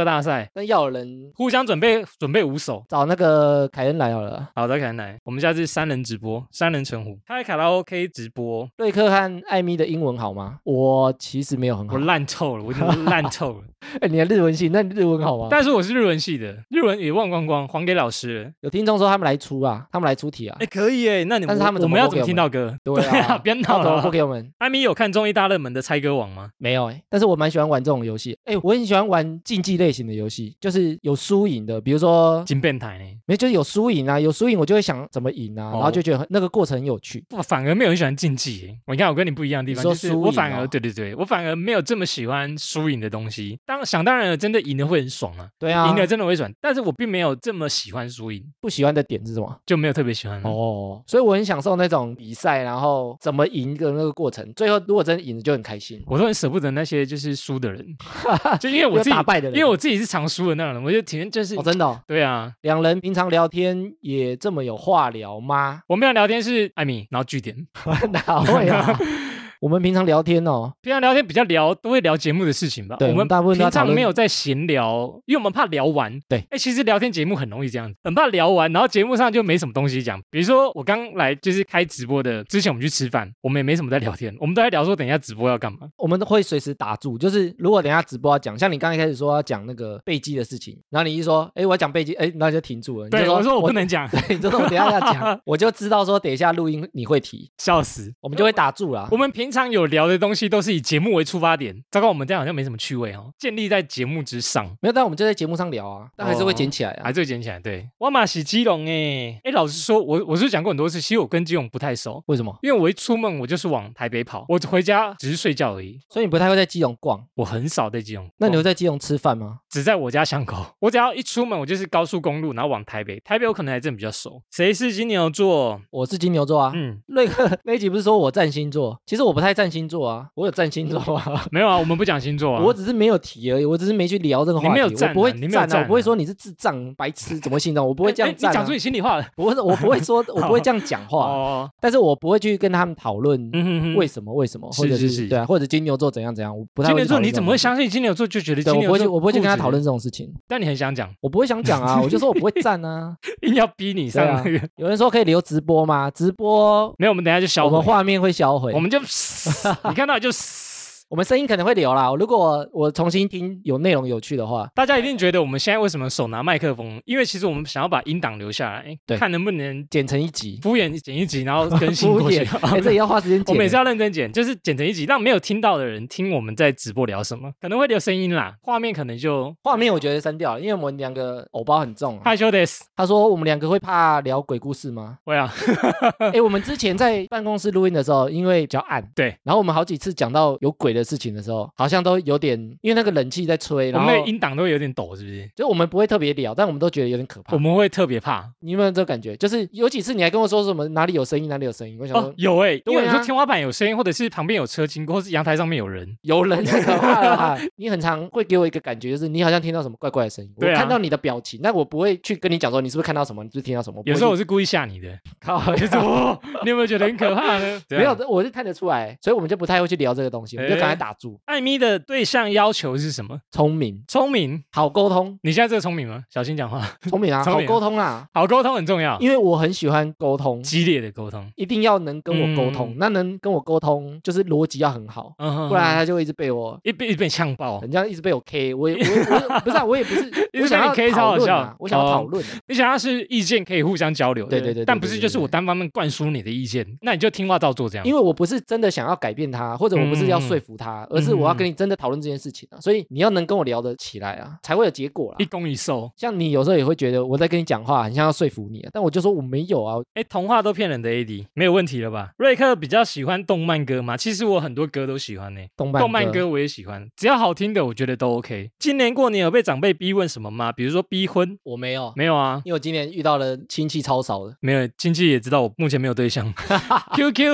歌大赛， 那要有人互相准备5首， 找那个凯恩来好了。 好的，凯恩来，我们下次3人直播，3人成虎，开卡拉 OK 直播。 瑞克和艾米的英文好吗？我其实没有很好， 我烂透了，我已经烂透了。 你的日文系，那你日文好吗？ 但是我是日文系的，日文也忘光光，还给老师了。 有听众说他们来出啊，他们来出题啊。 可以耶，那但是他们我们要怎么听到歌？ 对啊， 别闹了， 不给我们。 艾米有看综艺大热门的猜歌王吗？ 没有但是我蛮喜欢玩这种游戏。我很喜欢玩竞技类型的游戏，就是有输赢的，比如说金变态呢？ 没，就是有输赢啊，有输赢我就会想怎么赢啊，然后就觉得那个过程很有趣。 我反而没有很喜欢竞技耶。你看我跟你不一样的地方，就是我反而对，我反而没有这么喜欢输赢的东西。想当然了，真的赢的会很爽啊。 对啊， 赢了真的会爽，但是我并没有这么喜欢输赢。 不喜欢的点是什么？ 就没有特别喜欢所以我很享受那种比赛，然后怎么赢的那个过程。最后如果真的赢了就很开心。 我都很舍不得那些就是输的人，就因为我自己打败的人， 因为我自己是常输的那种人，我就体验就是真的对啊。 两人平常聊天也这么有话聊吗？ 我们要聊天是艾米，然后句点哪会啊？我们平常聊天平常聊天比较都会聊节目的事情吧。 对， 我们大部分平常没有在闲聊，因为我们怕聊完。 对， 其实聊天节目很容易这样子，很怕聊完，然后节目上就没什么东西讲。比如说我刚来就是开直播的之前，我们去吃饭，我们也没什么在聊天，我们都在聊说等一下直播要干嘛。 我们都会随时打住，就是如果等一下直播要讲，像你刚才开始说要讲那个备机的事情，然后你一说，我要讲备机，然后就停住了。 对，我说我不能讲， 对，你就说我等一下要讲，我就知道说等一下录音你会提， 笑死， 我们就会打住了。 我们平常有聊的东西都是以节目为出发点，糟糕，我们这样好像没什么趣味建立在节目之上。 没有，但我们就在节目上聊啊，但还是会捡起来啊， 还是会捡起来。对，我嘛是基隆老实说，我是讲过很多次，其实我跟基隆不太熟。 为什么？ 因为我一出门我就是往台北跑，我回家只是睡觉而已， 所以你不太会在基隆逛。 我很少在基隆。 那你会在基隆吃饭吗？ 只在我家巷口。我只要一出门，我就是高速公路，然后往台北。台北我可能还真的比较熟。谁是金牛座？ 我是金牛座啊。瑞克那一集不是说我占星座？其实我不太占星座啊，我有占星座啊。 没有啊，我们不讲星座啊。 我只是没有提而已，我只是没去聊这个话题。 你没有占， 我不会占啊，我不会说你是智障、白痴，怎么信呢？我不会这样占。 你讲出你心里话了。 我不会说，我不会这样讲话。但是我不会去跟他们讨论为什么，或者是对啊，或者金牛座怎样怎样，我不太会。 金牛座你怎么会相信金牛座就觉得金牛座？ 我不会去跟他讨论这种事情。 但你很想讲， 我不会想讲啊，我就说我不会站啊， 硬要逼你上那个。 有人说可以留直播吗？直播没有，我们等一下就销毁， 我们画面会销毁， 我们就你看到就。 我们声音可能会留啦，如果我重新听有内容有趣的话， 大家一定觉得我们现在为什么手拿麦克风？因为其实我们想要把音档留下来，对，看能不能剪成一集， 敷衍剪一集，然后更新过去。 这也要花时间剪， 我们也是要认真剪，就是剪成一集，让没有听到的人听我们在直播聊什么，可能会留声音啦，画面可能就画面我觉得删掉了，因为我们两个偶包很重。 害羞的， 他说我们两个会怕聊鬼故事吗？ 会啊。 我们之前在办公室录音的时候，因为比较暗， 对， 然后我们好几次讲到有鬼的事情的时候。好像都有点，因为那个冷气在吹，然后我们的音档都会有点抖，是不是？ 就我们不会特别聊，但我们都觉得有点可怕。 我们会特别怕， 你有没有这个感觉？就是有几次你还跟我说什么哪里有声音，哪里有声音，我想说有因为你说天花板有声音，或者是旁边有车经过，或是阳台上面有人， 太可怕了。你很常会给我一个感觉，就是你好像听到什么怪怪的声音。我看到你的表情，但我不会去跟你讲说你是不是看到什么，你是不是听到什么。 有时候我是故意吓你的，就是你有没有觉得很可怕呢？ 没有，我是看得出来，所以我们就不太会去聊这个东西，我们就赶快打住。 艾米的对象要求是什么？ 聪明，好沟通。 你现在这个聪明吗？小心讲话。 聪明啊，好沟通啊， 好沟通很重要。 因为我很喜欢沟通， 激烈的沟通， 一定要能跟我沟通。那能跟我沟通，就是逻辑要很好，不然他就会一直被我被呛爆， 人家一直被我 K。我不是，我也不是， 我想要 K 超好笑， 我想要讨论。 你想要是意见可以互相交流的， 对， 但不是就是我单方面灌输你的意见，那你就听话照做这样。 因为我不是真的想要改变他，或者我不是要说服他，而是我要跟你真的讨论这件事情啊。所以你要能跟我聊得起来啊，才会有结果啦。 一攻一受。 像你有时候也会觉得我在跟你讲话，很像要说服你啊，但我就说我没有啊。 童话都骗人的 AD 没有问题了吧？瑞克比较喜欢动漫歌吗？其实我很多歌都喜欢呢，动漫歌我也喜欢，只要好听的我觉得都 OK。今年过年有被长辈逼问什么吗？比如说逼婚？ 我没有啊， 因为我今年遇到了亲戚超少的。 没有，亲戚也知道我目前没有对象。QQ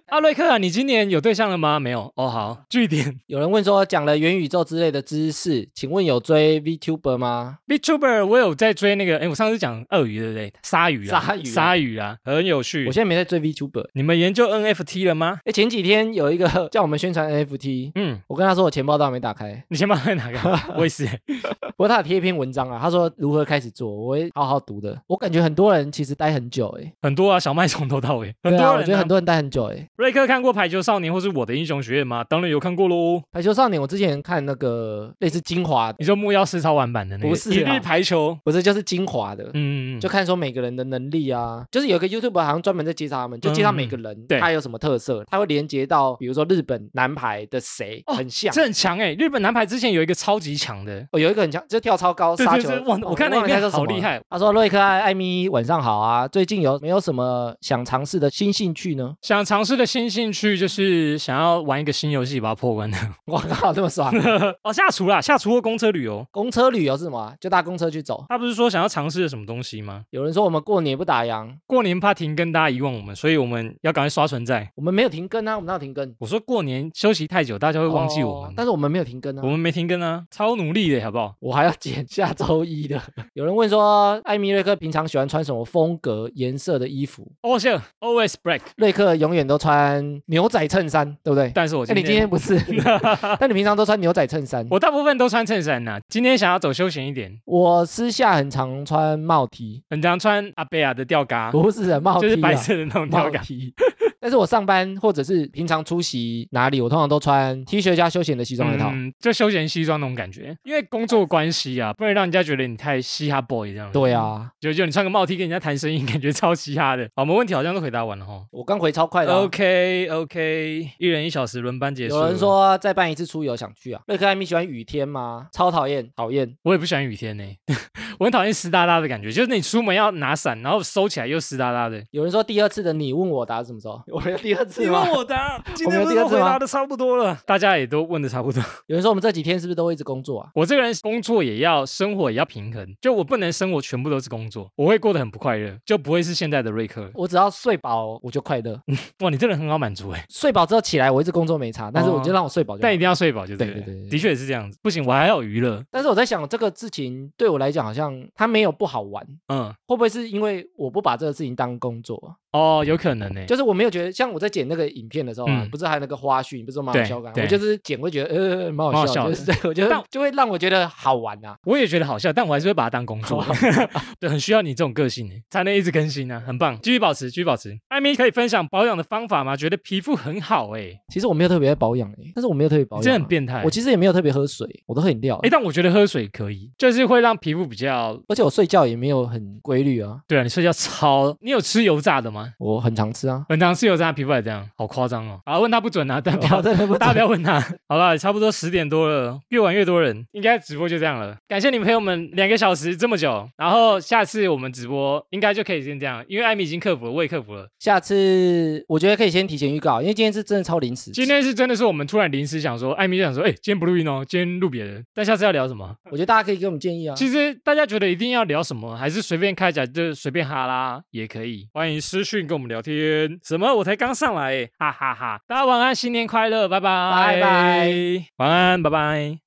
瑞克啊，你今年有对象了吗？没有哦，好，据点。 有人问说讲了元宇宙之类的知识，请问有追 VTuber 吗 ？VTuber 我有在追那个，我上次讲鳄鱼对不对？鲨鱼啊，很有趣。 我现在没在追 VTuber。 你们研究 NFT 了吗？ 前几天有一个叫我们宣传 NFT，我跟他说我钱包都还没打开。 你钱包还没打开？我也是。 不过他有贴一篇文章啊，他说如何开始做，我会好好读的。我感觉很多人其实待很久很多啊，小麦从头到尾，很多人、我觉得很多人待很久瑞克看过《排球少年》或是《我的英雄学院》吗？当然有看过喽。 排球少年我之前看那个类似精华， 你说木曜4超玩版的那个？ 不是一日排球， 不是就是精华的，就看说每个人的能力啊，就是有一个 YouTuber 好像专门在介绍他们，就介绍每个人他有什么特色，他会连接到比如说日本男排的谁很像， 这很强日本男排之前有一个超级强的， 有一个很强，就跳超高杀球， 我看那边好厉害。 他说瑞克艾咪晚上好啊，最近有没有什么想尝试的新兴趣呢？ 想尝试的新兴趣就是想要玩一个新游戏把它破关的。 哇靠，这么爽下厨啦，下厨或公车旅游。 公车旅游是什么？就搭公车去走。 他不是说想要尝试什么东西吗？ 有人说我们过年不打烊， 过年怕停更，大家遗忘我们，所以我们要赶快刷存在。 我们没有停更啊，我们哪有停更？ 我说过年休息太久，大家会忘记我们， 但是我们没有停更啊， 我们没停更啊，超努力的好不好？ 我还要剪下周一的。有人问说艾米瑞克平常喜欢穿什么风格颜色的衣服 ？Always black。 瑞克永远都穿牛仔衬衫，对不对？ 但是我你今天不是，但你平常都穿牛仔衬衫。 我大部分都穿衬衫呐，今天想要走休闲一点。 我私下很常穿帽 T， 很常穿阿贝亚的吊嘎， 不是帽 T， 就是白色的那种吊嘎。 但是我上班或者是平常出席哪里，我通常都穿 T 恤加休闲的西装外套， 就休闲西装那种感觉。因为工作关系啊，不能让人家觉得你太嘻哈 boy 这样。 对啊， 就你穿个帽 T 跟人家谈生意，感觉超嘻哈的。好，我们问题好像都回答完了哈。 我刚回超快的。 OK， 一人1小时轮班结束。 有人说再办一次出游想去啊？瑞克艾米喜欢雨天吗？超讨厌。 我也不喜欢雨天我很讨厌湿哒哒的感觉，就是你出门要拿伞，然后收起来又湿哒哒的。 有人说第二次的你问我答什么时候？我们有第二次吗？ 你问我答，今天不是回答的差不多了，大家也都问的差不多。 有人说我们这几天是不是都会一直工作啊？ 我这个人工作也要，生活也要平衡，就我不能生活全部都是工作，我会过得很不快乐，就不会是现在的瑞克。 我只要睡饱我就快乐。 哇，你这人很好满足睡饱之后起来我一直工作没差，但是我就让我睡饱就好。 但一定要睡饱就对。对，的确也是这样子。不行，我还要有娱乐。 但是我在想这个事情对我来讲好像它没有不好玩，会不会是因为我不把这个事情当工作？ 有可能就是我没有觉得，像我在剪那个影片的时候不是还有那个花絮，不是说蛮好笑感，我就是剪会觉得蛮好笑，就是我觉得就会让我觉得好玩啊。 我也觉得好笑，但我还是会把它当工作。对，很需要你这种个性才能一直更新啊，很棒，继续保持。艾米可以分享保养的方法吗？觉得皮肤很好其实我没有特别保养但是我没有特别保养， 真的很变态。 我其实也没有特别喝水，我都喝饮料。 但我觉得喝水可以，就是会让皮肤比较， 而且我睡觉也没有很规律啊。 对啊，你睡觉你有吃油炸的吗？ 我很常吃啊， 很常吃油炸，皮肤还这样，好夸张哦。好，问他不准啊，但大家不要问他。好了，差不多10点多了，越玩越多人，应该直播就这样了。感谢你陪我们2个小时这么久，然后下次我们直播应该就可以先这样，因为艾米已经克服了，我也克服了。 下次我觉得可以先提前预告，因为今天是真的超临时。 今天是真的是我们突然临时想说，艾米就想说，今天不录音哦，今天录别的。但下次要聊什么？ 我觉得大家可以给我们建议啊。 其实大家觉得一定要聊什么，还是随便开起来就随便哈啦也可以，欢迎私讯跟我们聊天。什么？我才刚上来哈哈哈！大家晚安，新年快乐，拜拜， 拜拜， 晚安，拜拜。